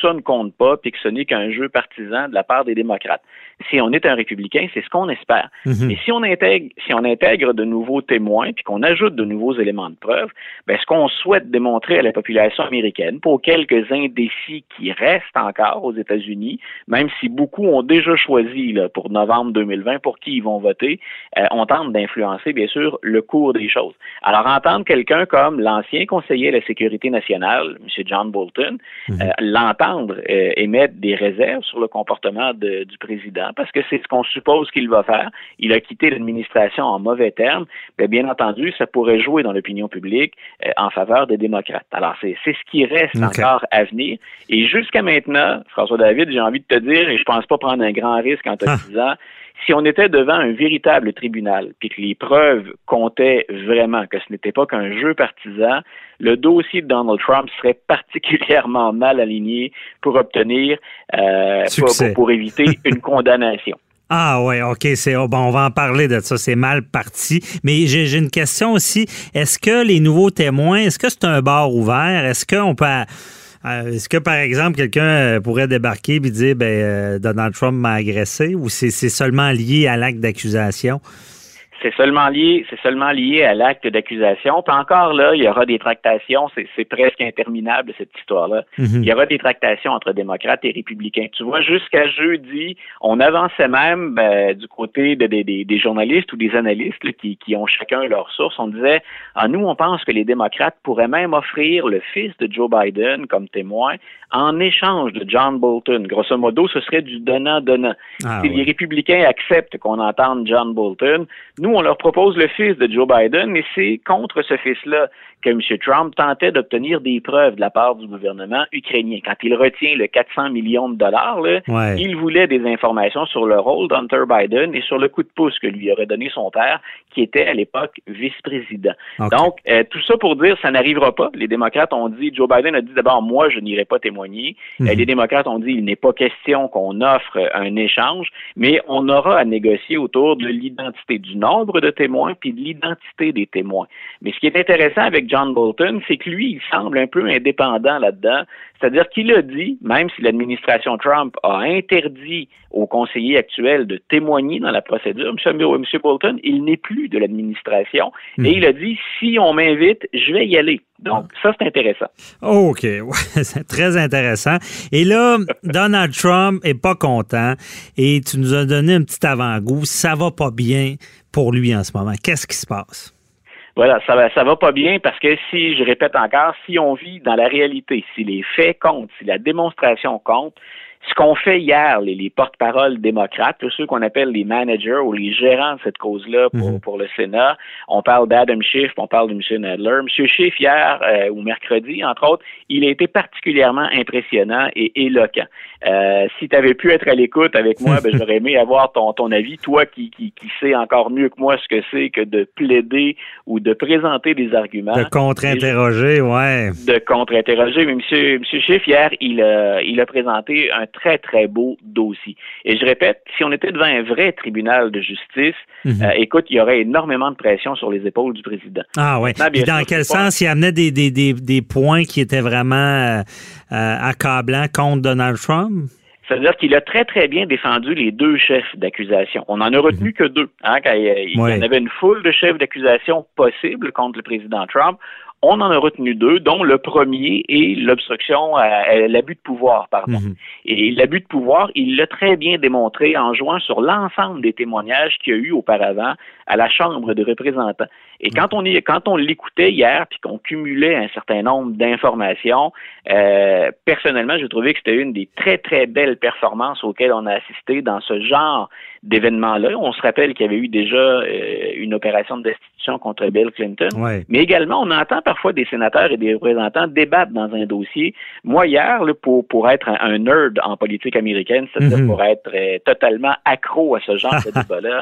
compte pas puis que ce n'est qu'un jeu partisan de la part des démocrates. Si on est un républicain, c'est ce qu'on espère. Mm-hmm. Et si on intègre, si on intègre de nouveaux témoins puis qu'on ajoute de nouveaux éléments de preuve, ben, ce qu'on souhaite démontrer à la population américaine, pour quelques indécis qui restent encore aux États-Unis, même si beaucoup ont déjà choisi là, pour novembre deux mille vingt pour qui ils vont voter, euh, on tente d'influencer, bien sûr, le cours des choses. Alors, entendre quelqu'un comme l'ancien conseiller à la Sécurité nationale, M. John Bolton, mm-hmm. euh, l'entendre euh, émettre des réserves sur le comportement de, du président, parce que c'est ce qu'on suppose qu'il va faire. Il a quitté l'administration en mauvais termes. Bien, bien entendu, ça pourrait jouer dans l'opinion publique euh, en faveur des démocrates. Alors, c'est, c'est ce qui reste okay. encore à venir. Et jusqu'à maintenant, François David, j'ai envie de te dire, et je pense pas prendre un grand risque en te ah. disant, si on était devant un véritable tribunal, puis que les preuves comptaient vraiment, que ce n'était pas qu'un jeu partisan, le dossier de Donald Trump serait particulièrement mal aligné pour obtenir, euh, pour, pour, pour éviter une condamnation. Ah ouais, OK, c'est bon, on va en parler de ça, c'est mal parti. Mais j'ai, j'ai une question aussi. Est-ce que les nouveaux témoins, est-ce que c'est un bar ouvert? Est-ce qu'on peut... Euh, est-ce que, par exemple, quelqu'un pourrait débarquer et dire ben, euh, Donald Trump m'a agressé ou c'est, c'est seulement lié à l'acte d'accusation? C'est seulement lié, c'est seulement lié à l'acte d'accusation. Puis encore là, il y aura des tractations. C'est, c'est presque interminable, cette histoire-là. Mm-hmm. Il y aura des tractations entre démocrates et républicains. Tu vois, jusqu'à jeudi, on avançait même ben, du côté de, de, de, des journalistes ou des analystes là, qui, qui ont chacun leur source. On disait, ah, nous, on pense que les démocrates pourraient même offrir le fils de Joe Biden comme témoin en échange de John Bolton. Grosso modo, ce serait du donnant-donnant. Ah, si oui. les républicains acceptent qu'on entende John Bolton, nous, on leur propose le fils de Joe Biden, mais c'est contre ce fils-là que M. Trump tentait d'obtenir des preuves de la part du gouvernement ukrainien. Quand il retient le quatre cents millions de dollars, là, ouais. il voulait des informations sur le rôle d'Hunter Biden et sur le coup de pouce que lui aurait donné son père, qui était à l'époque vice-président. Okay. Donc, euh, tout ça pour dire, ça n'arrivera pas. Les démocrates ont dit, Joe Biden a dit d'abord, moi, je n'irai pas témoigner. Mm-hmm. Euh, les démocrates ont dit, il n'est pas question qu'on offre un échange, mais on aura à négocier autour de l'identité du nombre de témoins puis de l'identité des témoins. Mais ce qui est intéressant avec John Bolton, c'est que lui, il semble un peu indépendant là-dedans. C'est-à-dire qu'il a dit, même si l'administration Trump a interdit aux conseillers actuels de témoigner dans la procédure, M. Bolton, il n'est plus de l'administration. Mmh. Et il a dit, si on m'invite, je vais y aller. Donc, ça, c'est intéressant. OK. Ouais, c'est très intéressant. Et là, Donald Trump est pas content et tu nous as donné un petit avant-goût. Ça va pas bien pour lui en ce moment. Qu'est-ce qui se passe? Voilà, ça va, ça va pas bien parce que si, je répète encore, si on vit dans la réalité, si les faits comptent, si la démonstration compte, ce qu'on fait hier, les, les porte-paroles démocrates, ceux qu'on appelle les managers ou les gérants de cette cause-là pour, mm-hmm. pour le Sénat, on parle d'Adam Schiff, on parle de M. Nadler. M. Schiff, hier, euh, ou mercredi, entre autres, il a été particulièrement impressionnant et éloquent. Euh, si tu avais pu être à l'écoute avec moi, ben, j'aurais aimé avoir ton, ton avis, toi qui, qui, qui sais encore mieux que moi ce que c'est que de plaider ou de présenter des arguments. De contre-interroger, ouais. De contre-interroger. Mais M. M. Schiff, hier, il a, il a présenté un très, très beau dossier. Et je répète, si on était devant un vrai tribunal de justice, mm-hmm. euh, écoute, il y aurait énormément de pression sur les épaules du président. Ah oui. Puis dans sûr, quel sens pas... il amenait des, des, des, des points qui étaient vraiment euh, accablants contre Donald Trump? C'est-à-dire qu'il a très, très bien défendu les deux chefs d'accusation. On n'en a retenu mm-hmm. que deux. Hein, quand il, il ouais. y en avait une foule de chefs d'accusation possibles contre le président Trump. On en a retenu deux, dont le premier est l'obstruction à, à l'abus de pouvoir, pardon. Mm-hmm. Et l'abus de pouvoir, il l'a très bien démontré en jouant sur l'ensemble des témoignages qu'il y a eu auparavant à la Chambre des représentants. Et mm-hmm. quand on y, quand on l'écoutait hier, puis qu'on cumulait un certain nombre d'informations, euh, personnellement, j'ai trouvé que c'était une des très, très belles performances auxquelles on a assisté dans ce genre d'événements-là. On se rappelle qu'il y avait eu déjà euh, une opération de destitution contre Bill Clinton, ouais. mais également, on entend parfois des sénateurs et des représentants débattre dans un dossier. Moi, hier, là, pour, pour être un, un nerd en politique américaine, c'est-à-dire mm-hmm. pour être euh, totalement accro à ce genre de débat-là,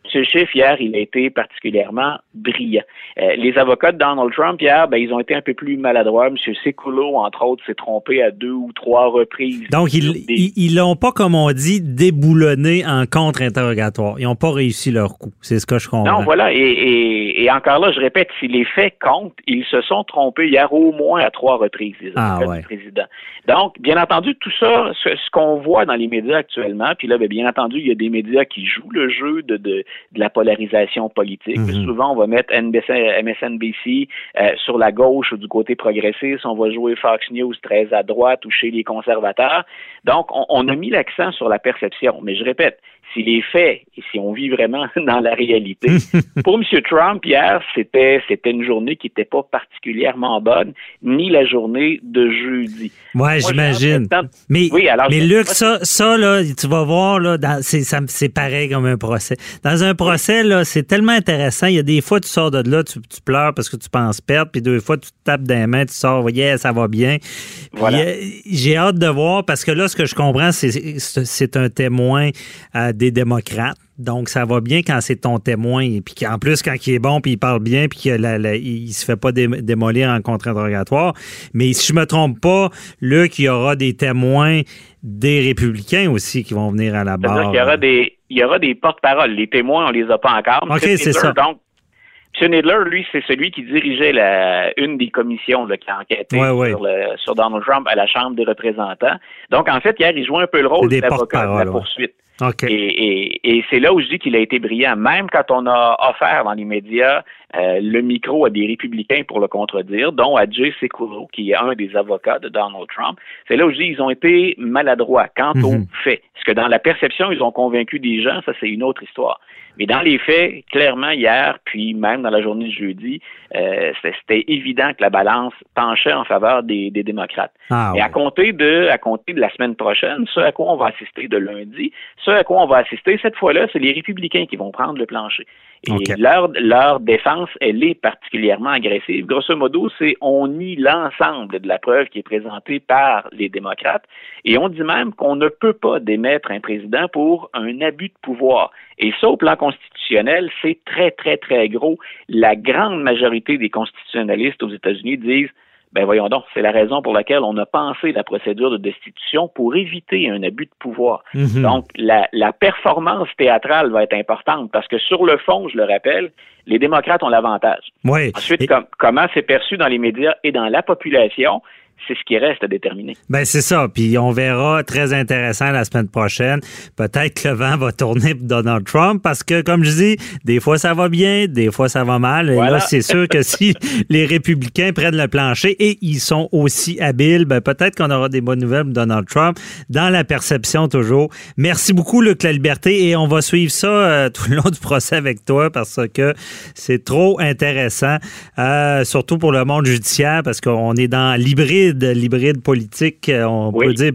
Ce chiffre, hier, il a été particulièrement brillant. Euh, les avocats de Donald Trump, hier, ben, ils ont été un peu plus maladroits. M. Sekulow, entre autres, s'est trompé à deux ou trois reprises. Donc, ils des... ils l'ont pas, comme on dit, déboulonné en contre-interrogatoire. Ils n'ont pas réussi leur coup. C'est ce que je comprends. Non, voilà. Et, et, et encore là, je répète, si les faits comptent, ils se sont trompés hier au moins à trois reprises, les avocats ah, ouais. du président. Donc, bien entendu, tout ça, ce, ce qu'on voit dans les médias actuellement, puis là, bien, bien entendu, il y a des médias qui jouent le jeu de, de de la polarisation politique. Mm-hmm. Souvent, on va mettre N B C, M S N B C euh, sur la gauche ou du côté progressiste. On va jouer Fox News très à droite ou chez les conservateurs. Donc, on, on a mis l'accent sur la perception. Mais je répète, si les faits, et si on vit vraiment dans la réalité, pour M. Trump, hier, c'était, c'était une journée qui n'était pas particulièrement bonne, ni la journée de jeudi. Ouais, Moi, j'imagine. Temps... Mais, oui, alors, mais Luc, ça, ça, là, tu vas voir, là, dans, c'est, ça, c'est pareil comme un procès. Dans un procès, là, c'est tellement intéressant. Il y a des fois, tu sors de là, tu, tu pleures parce que tu penses perdre, puis deux fois, tu te tapes dans les mains, tu sors, yeah, ça va bien. Voilà. Puis, j'ai hâte de voir, parce que là, ce que je comprends, c'est, c'est, c'est un témoin euh, des démocrates. Donc, ça va bien quand c'est ton témoin. Et puis qu'en plus, quand il est bon, puis il parle bien, puis qu'il ne se fait pas dé- démolir en contre-interrogatoire. Mais si je me trompe pas, Luc, il y aura des témoins des républicains aussi qui vont venir à la barre. C'est-à-dire qu'il y aura des, il y aura des porte-paroles. Les témoins, on les a pas encore. OK, c'est ça. Donc, M. Nadler, lui, c'est celui qui dirigeait la, une des commissions là, qui a enquêté ouais, ouais. Sur, le, sur Donald Trump à la Chambre des représentants. Donc, en fait, hier, il jouait un peu le rôle de l'avocat de la poursuite. Ouais. Okay. Et, et, et c'est là où je dis qu'il a été brillant. Même quand on a offert dans les médias euh, le micro à des républicains pour le contredire, dont à Jay Sekulow, qui est un des avocats de Donald Trump, c'est là où je dis qu'ils ont été maladroits quant mm-hmm. aux faits. Parce que dans la perception, ils ont convaincu des gens, ça c'est une autre histoire. Mais dans les faits, clairement, hier, puis même dans la journée de jeudi, euh, c'était évident que la balance penchait en faveur des, des démocrates. Ah, Et ouais. à compter de à compter de la semaine prochaine, ce à quoi on va assister de lundi, ce à quoi on va assister cette fois-là, c'est les républicains qui vont prendre le plancher. Et okay. leur, leur défense, elle est particulièrement agressive. Grosso modo, c'est on nie l'ensemble de la preuve qui est présentée par les démocrates et on dit même qu'on ne peut pas démettre un président pour un abus de pouvoir. Et ça, au plan constitutionnel, c'est très, très, très gros. La grande majorité des constitutionnalistes aux États-Unis disent ben voyons donc, c'est la raison pour laquelle on a pensé la procédure de destitution pour éviter un abus de pouvoir. Mm-hmm. Donc, la, la performance théâtrale va être importante parce que sur le fond, je le rappelle, les démocrates ont l'avantage. Oui. Ensuite, Et... com- comment c'est perçu dans les médias et dans la population, c'est ce qui reste à déterminer. Ben c'est ça. Puis on verra, très intéressant la semaine prochaine. Peut-être que le vent va tourner pour Donald Trump parce que, comme je dis, des fois ça va bien, des fois ça va mal. Et voilà. Là, c'est sûr que si les républicains prennent le plancher et ils sont aussi habiles, ben peut-être qu'on aura des bonnes nouvelles pour Donald Trump dans la perception toujours. Merci beaucoup, Luc La Liberté, et on va suivre ça euh, tout le long du procès avec toi parce que c'est trop intéressant, euh, surtout pour le monde judiciaire parce qu'on est dans l'hybride l'hybride politique, on oui. peut dire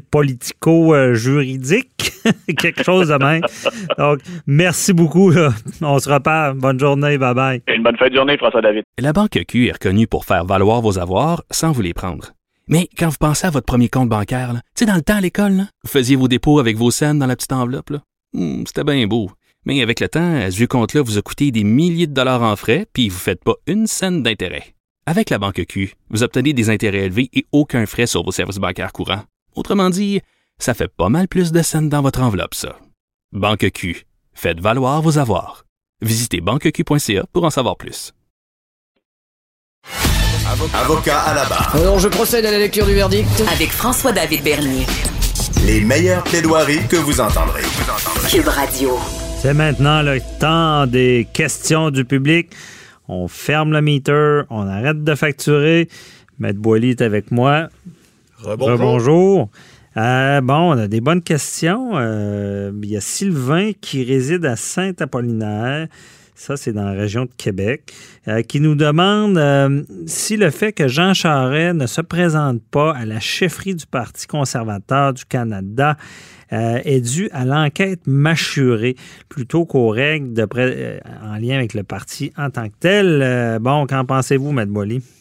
politico-juridique, quelque chose de même. Donc, merci beaucoup. Là. On se reparle. Bonne journée. Bye-bye. Une bonne fin de journée, François David. La Banque Q est reconnue pour faire valoir vos avoirs sans vous les prendre. Mais quand vous pensez à votre premier compte bancaire, tu sais, dans le temps à l'école, là, vous faisiez vos dépôts avec vos scènes dans la petite enveloppe. Là. Hum, c'était bien beau. Mais avec le temps, ce vieux compte-là vous a coûté des milliers de dollars en frais, puis vous ne faites pas une scène d'intérêt. Avec la Banque Q, vous obtenez des intérêts élevés et aucun frais sur vos services bancaires courants. Autrement dit, ça fait pas mal plus de scènes dans votre enveloppe, ça. Banque Q, faites valoir vos avoirs. Visitez banque q point c a pour en savoir plus. Avocat à la barre. Alors, je procède à la lecture du verdict. Avec François-David Bernier. Les meilleures plaidoiries que vous entendrez. Cube Radio. C'est maintenant le temps des questions du public. On ferme le meter, on arrête de facturer. Maître Boily est avec moi. Rebonjour. Rebonjour. Euh, bon, on a des bonnes questions. Euh, il y a Sylvain qui réside à Saint-Apollinaire. Ça, c'est dans la région de Québec, euh, qui nous demande euh, si le fait que Jean Charest ne se présente pas à la chefferie du Parti conservateur du Canada euh, est dû à l'enquête mâchurée plutôt qu'aux règles de pré- euh, en lien avec le parti en tant que tel. Euh, bon, qu'en pensez-vous, Maître Boily?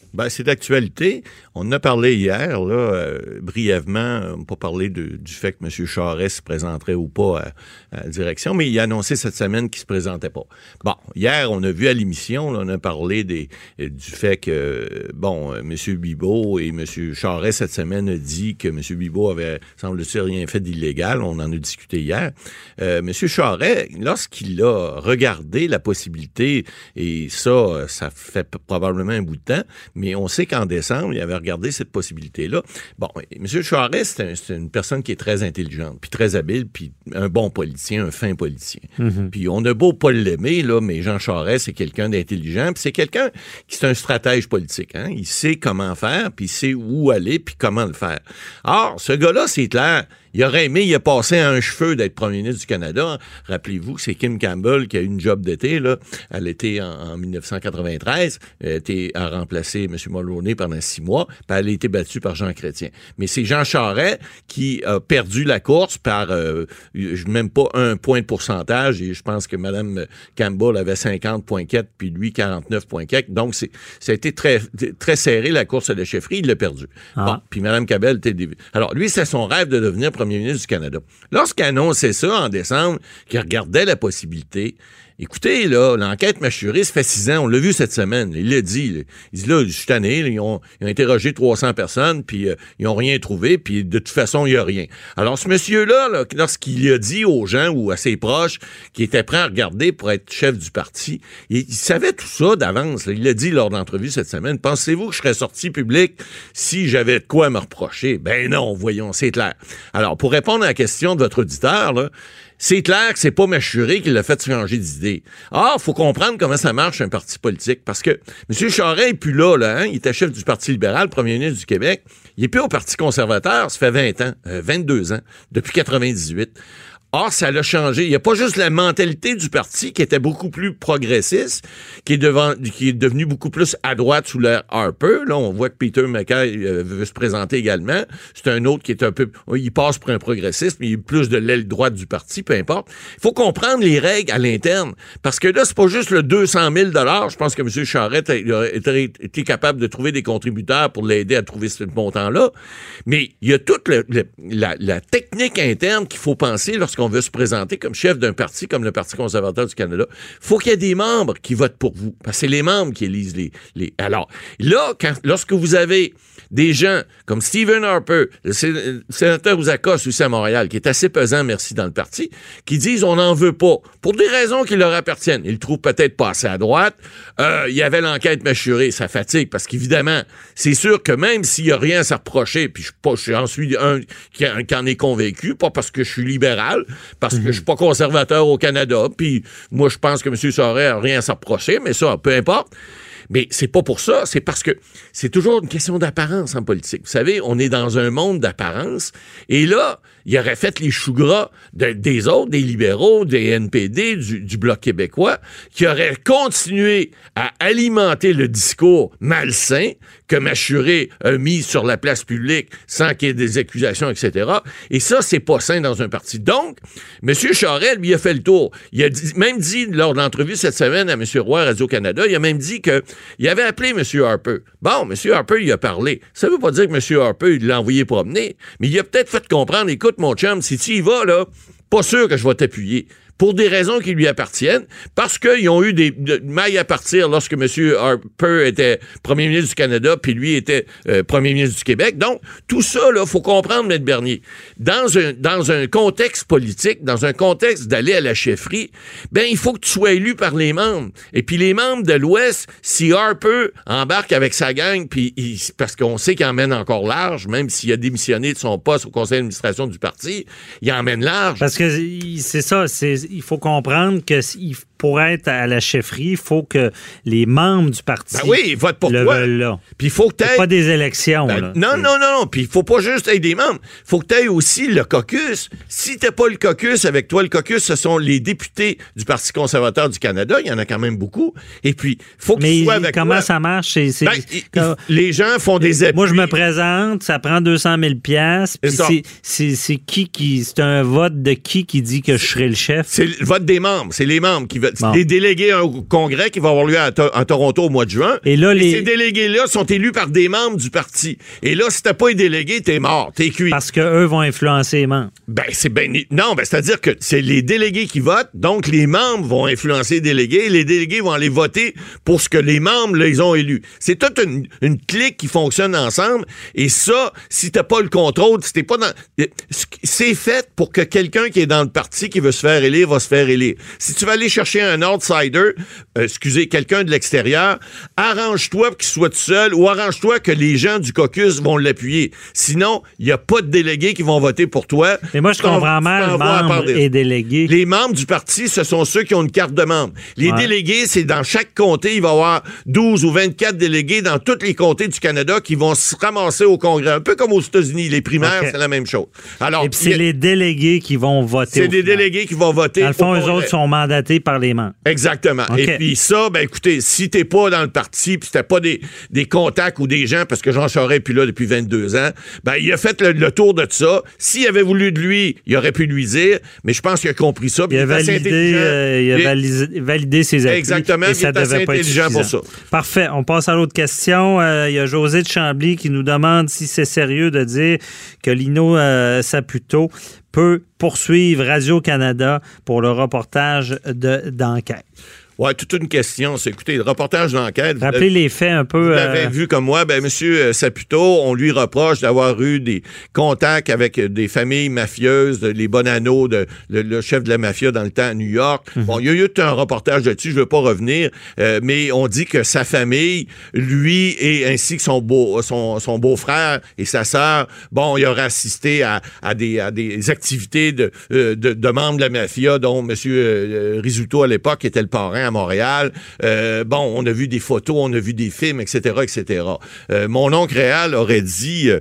Ben, c'est d'actualité. On en a parlé hier, là, euh, brièvement. On n'a pas parlé de, du fait que M. Charest se présenterait ou pas à, à la direction, mais il a annoncé cette semaine qu'il ne se présentait pas. Bon, hier, on a vu à l'émission, là, on a parlé des, du fait que, bon, M. Bibeau et M. Charest, cette semaine, a dit que M. Bibeau avait, semble-t-il, rien fait d'illégal. On en a discuté hier. Euh, M. Charest, lorsqu'il a regardé la possibilité, et ça, ça fait probablement un bout de temps, mais on sait qu'en décembre, il avait regardé cette possibilité-là. Bon, M. Charest, c'est, un, c'est une personne qui est très intelligente, puis très habile, puis un bon politicien, un fin politicien. Mm-hmm. Puis on a beau pas l'aimer, là, mais Jean Charest, c'est quelqu'un d'intelligent, puis c'est quelqu'un qui est un stratège politique. Hein? Il sait comment faire, puis il sait où aller, puis comment le faire. Or, ce gars-là, c'est clair, il aurait aimé, il a passé à un cheveu d'être premier ministre du Canada. Rappelez-vous que c'est Kim Campbell qui a eu une job d'été, là, à l'été en, en dix-neuf cent quatre-vingt-treize, elle a, été, a remplacé M. Mulroney pendant six mois, puis elle a été battue par Jean Chrétien. Mais c'est Jean Charest qui a perdu la course par euh, même pas un point de pourcentage, et je pense que Mme Campbell avait cinquante virgule quatre, puis lui quarante-neuf virgule quatre. Donc, c'est, ça a été très, très serré, la course à la chefferie, il l'a perdu. Ah. Bon, puis Mme Campbell était... Alors, lui, c'est son rêve de devenir premier ministre du Canada. Lorsqu'il annonçait ça en décembre, qu'il regardait la possibilité, écoutez, là, l'enquête mâchurée, ça fait six ans, on l'a vu cette semaine, il l'a dit, là. Il dit, là, je suis tanné, là, ils, ont, ils ont interrogé trois cents personnes, puis euh, ils n'ont rien trouvé, puis de toute façon, il n'y a rien. Alors, ce monsieur-là, là, lorsqu'il a dit aux gens ou à ses proches qu'il était prêt à regarder pour être chef du parti, il, il savait tout ça d'avance, là. Il l'a dit lors d'entrevue cette semaine. Pensez-vous que je serais sorti public si j'avais de quoi à me reprocher? Ben non, voyons, c'est clair. Alors, pour répondre à la question de votre auditeur, là, c'est clair que c'est pas Machuré qui l'a fait changer d'idée. Ah, faut comprendre comment ça marche un parti politique, parce que M. Charest est plus là, là, hein? Il était chef du Parti libéral, premier ministre du Québec. Il est plus au Parti conservateur, ça fait vingt ans, euh, vingt-deux ans, depuis quatre-vingt-dix-huit. Or, ça l'a changé. Il n'y a pas juste la mentalité du parti qui était beaucoup plus progressiste, qui est, devant, qui est devenu beaucoup plus à droite sous l'ère Harper. Là, on voit que Peter MacKay euh, veut se présenter également. C'est un autre qui est un peu... Il passe pour un progressiste, mais il est plus de l'aile droite du parti, peu importe. Il faut comprendre les règles à l'interne. Parce que là, c'est pas juste le deux cent mille dollars. Je pense que M. Charest a été capable de trouver des contributeurs pour l'aider à trouver ce montant-là. Mais il y a toute le, le, la, la technique interne qu'il faut penser lorsqu'on veut se présenter comme chef d'un parti comme le Parti conservateur du Canada. Il faut qu'il y ait des membres qui votent pour vous. Parce que c'est les membres qui élisent les... les... Alors, là, quand, lorsque vous avez des gens comme Stephen Harper, le sénateur Ouzakos aussi à Montréal, qui est assez pesant, merci, dans le parti, qui disent on n'en veut pas, pour des raisons qui leur appartiennent. Ils le trouvent peut-être pas assez à droite. Euh, il y avait l'enquête mâchurée, ça fatigue, parce qu'évidemment, c'est sûr que même s'il n'y a rien à se reprocher, puis je, pas, j'en suis un qui, qui en est convaincu, pas parce que je suis libéral, parce mm-hmm. que je suis pas conservateur au Canada, puis moi, je pense que M. Charest n'a rien à se reprocher, mais ça, peu importe. Mais c'est pas pour ça, c'est parce que c'est toujours une question d'apparence en politique. Vous savez, on est dans un monde d'apparence, et là, il aurait fait les choux gras de, des autres, des libéraux, des N P D, du, du Bloc québécois, qui auraient continué à alimenter le discours malsain que Machuré a mis sur la place publique sans qu'il y ait des accusations, et cetera. Et ça, c'est pas sain dans un parti. Donc, M. Charest, lui, a fait le tour. Il a dit, même dit, lors de l'entrevue cette semaine à M. Roy, Radio-Canada, il a même dit que il avait appelé M. Harper. Bon, M. Harper, il a parlé. Ça veut pas dire que M. Harper, il l'a envoyé promener, mais il a peut-être fait comprendre, écoute, mon chum, si tu y vas, là, pas sûr que je vais t'appuyer. Pour des raisons qui lui appartiennent, parce qu'ils ont eu des de, mailles à partir lorsque M. Harper était premier ministre du Canada, puis lui était euh, premier ministre du Québec. Donc, tout ça, là, faut comprendre, M. Bernier. Dans un, dans un contexte politique, dans un contexte d'aller à la chefferie, ben, il faut que tu sois élu par les membres. Et puis les membres de l'Ouest, si Harper embarque avec sa gang, puis il, parce qu'on sait qu'il emmène encore large, même s'il a démissionné de son poste au conseil d'administration du parti, il emmène large. Parce que c'est ça, c'est il faut comprendre que pour être à la chefferie, il faut que les membres du parti ben oui, votent pour le toi. veulent là. Puis il faut que tu aies... pas des élections. Ben, là. Non, non, non, non. Puis il faut pas juste être des membres. Il faut que tu aies aussi le caucus. Si t'as pas le caucus avec toi, le caucus, ce sont les députés du Parti conservateur du Canada. Il y en a quand même beaucoup. Et puis, il faut que tu sois avec comment toi. ça marche? C'est, c'est, ben, quand... Les gens font des appuis. Moi, je me présente, ça prend deux cent mille dollars. Puis c'est, c'est, c'est qui qui... C'est un vote de qui qui dit que je serai le chef? C'est le vote des membres. C'est les membres qui, bon. des délégués au congrès qui va avoir lieu à, to- à Toronto au mois de juin. Et là, et les... ces délégués-là sont élus par des membres du parti. Et là, si t'as pas les délégués, t'es mort, t'es cuit. Parce qu'eux vont influencer les membres. Ben, c'est ben... Non, ben, c'est-à-dire que c'est les délégués qui votent, donc les membres vont influencer les délégués, et les délégués vont aller voter pour ce que les membres, là, ils ont élu. C'est toute une, une clique qui fonctionne ensemble, et ça, si t'as pas le contrôle, si t'es pas dans... C'est fait pour que quelqu'un qui est dans le parti qui veut se faire élire va se faire élire. Si tu vas aller chercher un outsider, euh, excusez, quelqu'un de l'extérieur, arrange-toi qu'il soit tout seul ou arrange-toi que les gens du caucus vont l'appuyer. Sinon, il n'y a pas de délégués qui vont voter pour toi. Et moi, je comprends mal membres des... et délégués. Les membres du parti, ce sont ceux qui ont une carte de membre. Les ouais. délégués, c'est dans chaque comté, il va y avoir douze ou vingt-quatre délégués dans tous les comtés du Canada qui vont se ramasser au Congrès. Un peu comme aux États-Unis. Les primaires, okay. c'est la même chose. Alors, et puis c'est a... les délégués qui vont voter. C'est des délégués qui vont voter. Dans le fond, eux autres sont mandatés par les membres. Exactement. Okay. Et puis ça, ben écoutez, si t'es pas dans le parti, puis t'as pas des, des contacts ou des gens, parce que Jean Charest est plus là depuis vingt-deux ans, ben il a fait le, le tour de ça. S'il avait voulu de lui, il aurait pu lui dire, mais je pense qu'il a compris ça. Il a, validé, euh, il a validé, validé ses acquis. Exactement, et il ça est assez intelligent pour ça. Parfait. On passe à l'autre question. Euh, il y a José de Chambly qui nous demande si c'est sérieux de dire que Lino euh, Saputo peut poursuivre Radio-Canada pour le reportage de, d'enquête. Oui, toute une question. C'est, écoutez, le reportage d'enquête... Rappelez les faits un peu... Vous l'avez euh... vu comme moi. Ben, M. Saputo, on lui reproche d'avoir eu des contacts avec des familles mafieuses, de, les Bonanno, de, le, le chef de la mafia dans le temps à New York. Mm-hmm. Bon, il y a eu tout un reportage là-dessus, je ne veux pas revenir, euh, mais on dit que sa famille, lui, et ainsi que son, beau, son, son beau-frère et sa sœur, bon, il aurait assisté à, à, des, à des activités de, de, de membres de la mafia, dont M. Rizzuto, à l'époque, était le parrain à Montréal. Euh, bon, on a vu des photos, on a vu des films, et cetera, et cetera. Euh, mon oncle Réal aurait dit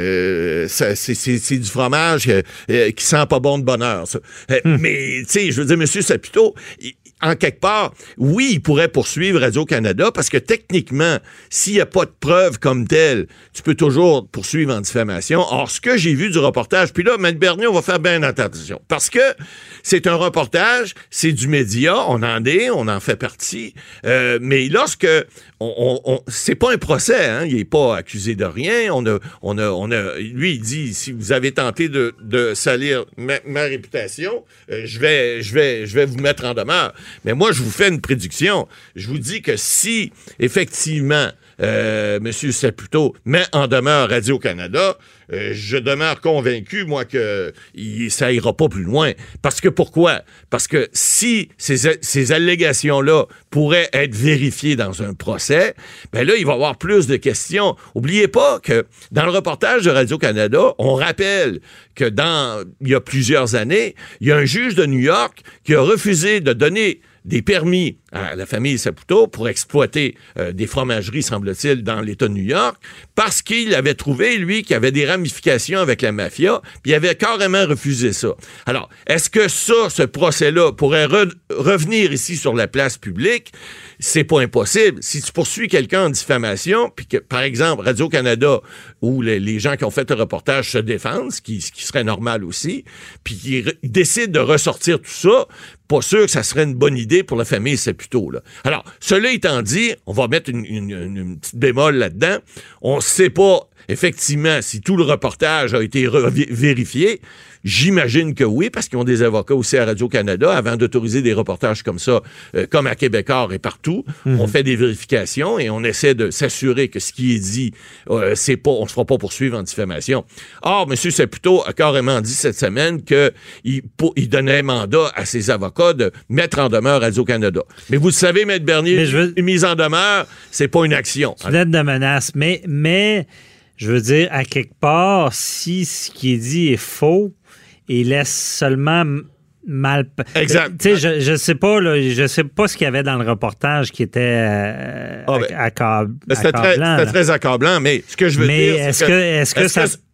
euh, ça, c'est, c'est, c'est du fromage euh, qui sent pas bon de bonheur, ça. Euh, hum. Mais, tu sais, je veux dire, M. Saputo, il, en quelque part, oui, il pourrait poursuivre Radio-Canada parce que techniquement, s'il n'y a pas de preuves comme telles, tu peux toujours poursuivre en diffamation. Or, ce que j'ai vu du reportage, puis là, M. Bernier, on va faire bien attention parce que c'est un reportage, c'est du média, on en est, on en fait partie, euh, mais lorsque on, on, on c'est pas un procès, hein, il est pas accusé de rien, on a, on a, on a, lui, il dit, si vous avez tenté de, de salir ma, ma réputation, euh, je vais, je vais, je vais vous mettre en demeure. Mais moi, je vous fais une prédiction. Je vous dis que si, effectivement, euh, M. Saputo met en demeure Radio-Canada, euh, je demeure convaincu, moi, que il, ça ira pas plus loin. Parce que pourquoi? Parce que si ces, ces allégations-là pourraient être vérifiées dans un procès, ben là, il va y avoir plus de questions. Oubliez pas que dans le reportage de Radio-Canada, on rappelle que dans, il y a plusieurs années, il y a un juge de New York qui a refusé de donner des permis à la famille Saputo pour exploiter euh, des fromageries, semble-t-il, dans l'État de New York, parce qu'il avait trouvé, lui, qu'il y avait des ramifications avec la mafia, puis il avait carrément refusé ça. Alors, est-ce que ça, ce procès-là, pourrait re- revenir ici sur la place publique? C'est pas impossible. Si tu poursuis quelqu'un en diffamation, puis que, par exemple, Radio-Canada, où les, les gens qui ont fait le reportage se défendent, ce qui, ce qui serait normal aussi, puis qu'ils re- décident de ressortir tout ça, pas sûr que ça serait une bonne idée pour la famille Saputo, là. Alors, cela étant dit, on va mettre une, une, une, une petite bémol là-dedans. On ne sait pas, effectivement, si tout le reportage a été re- vérifié. J'imagine que oui, parce qu'ils ont des avocats aussi à Radio-Canada. Avant d'autoriser des reportages comme ça, euh, comme à Québécois et partout, mm-hmm. on fait des vérifications et on essaie de s'assurer que ce qui est dit, euh, c'est pas, on ne se fera pas poursuivre en diffamation. Or, M. Saputo a carrément dit cette semaine qu'il il donnait mandat à ses avocats de mettre en demeure Radio-Canada. Mais vous le savez, M. Bernier, veux... une mise en demeure, c'est pas une action. C'est une lettre de menace, mais, mais je veux dire, à quelque part, si ce qui est dit est faux, il laisse seulement mal... Exact. Tu sais, je, je sais pas, là, je sais pas ce qu'il y avait dans le reportage qui était euh, ah ben, accab- c'était accablant. Très, c'était très accablant, mais ce que je veux mais dire, est-ce c'est que... que... Est-ce que, est-ce que est-ce ça... que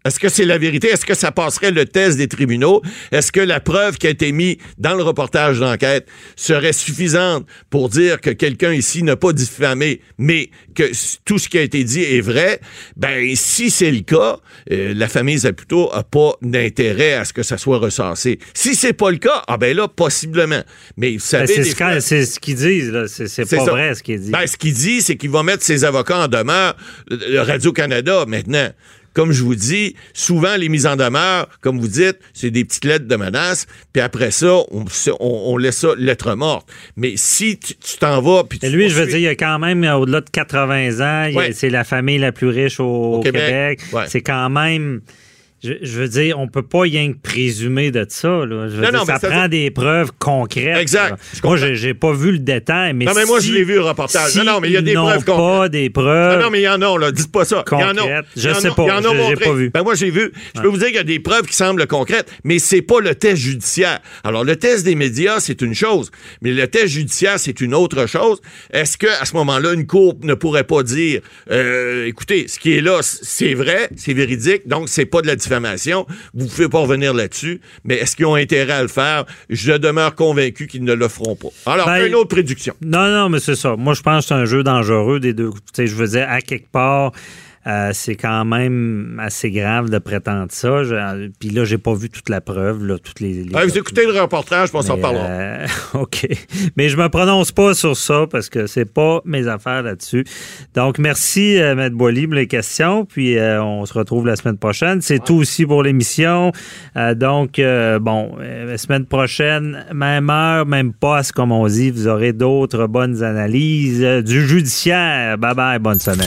Est-ce que c'est la vérité? Est-ce que ça passerait le test des tribunaux? Est-ce que la preuve qui a été mise dans le reportage d'enquête serait suffisante pour dire que quelqu'un ici n'a pas diffamé, mais que tout ce qui a été dit est vrai? Ben, si c'est le cas, euh, la famille Zaputo a pas d'intérêt à ce que ça soit recensé. Si c'est pas le cas, ah ben là, possiblement. Mais vous savez... Ben, c'est, des ce fois, c'est ce qu'ils disent, là. C'est, c'est, c'est pas ça. Vrai ce qu'ils disent. Ben, ce qu'il dit, c'est qu'il va mettre ses avocats en demeure. Le Radio-Canada, maintenant... Comme je vous dis, souvent, les mises en demeure, comme vous dites, c'est des petites lettres de menace, puis après ça, on, on, on laisse ça lettre morte. Mais si tu, tu t'en vas... Puis tu lui, je veux dire, il y a quand même, au-delà de quatre-vingts ans, ouais. a, c'est la famille la plus riche au, au Québec. Québec. Ouais. C'est quand même... Je, je veux dire, on peut pas rien que présumer de ça. Là. Je veux non, dire, non, ça, ça prend ça... des preuves concrètes. Exact. Moi, j'ai, j'ai pas vu le détail, mais non, mais si, moi, je l'ai vu, le reportage. Si non, non, mais il y a des preuves concrètes. pas des preuves non, non, mais il y en a, là. Dites pas ça. Concrètes. Il y en a. Je y en sais a, pas. Il y en a je, montré. J'ai pas vu. Ben, moi, j'ai vu. Je peux vous dire qu'il y a des preuves qui semblent concrètes, mais c'est pas le test judiciaire. Alors, le test des médias, c'est une chose, mais le test judiciaire, c'est une autre chose. Est-ce que, à ce moment-là, une cour ne pourrait pas dire, euh, écoutez, ce qui est là, c'est vrai, c'est véridique, donc c'est pas de la diffamation. Vous pouvez pas revenir là-dessus, mais est-ce qu'ils ont intérêt à le faire? Je demeure convaincu qu'ils ne le feront pas. Alors, ben, une autre prédiction. Non, non, mais c'est ça. Moi, je pense que c'est un jeu dangereux des deux. Tu sais, je veux dire, à quelque part... Euh, c'est quand même assez grave de prétendre ça. Je, puis là, j'ai pas vu toute la preuve. Là, toutes les, les ouais, vous écoutez le reportage, on s'en parlera. Euh, OK. Mais je me prononce pas sur ça parce que c'est pas mes affaires là-dessus. Donc, merci, euh, M. Boily, pour les questions. Puis, euh, on se retrouve la semaine prochaine. C'est ouais. tout aussi pour l'émission. Euh, donc, euh, bon, euh, la semaine prochaine, même heure, même poste, comme on dit, vous aurez d'autres bonnes analyses euh, du judiciaire. Bye-bye, bonne semaine.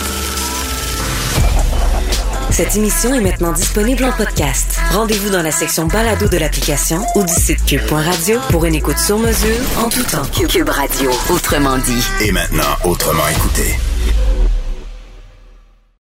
Cette émission est maintenant disponible en podcast. Rendez-vous dans la section balado de l'application ou du site cube point radio pour une écoute sur mesure en tout temps. Cube Radio, autrement dit. Et maintenant, autrement écouté.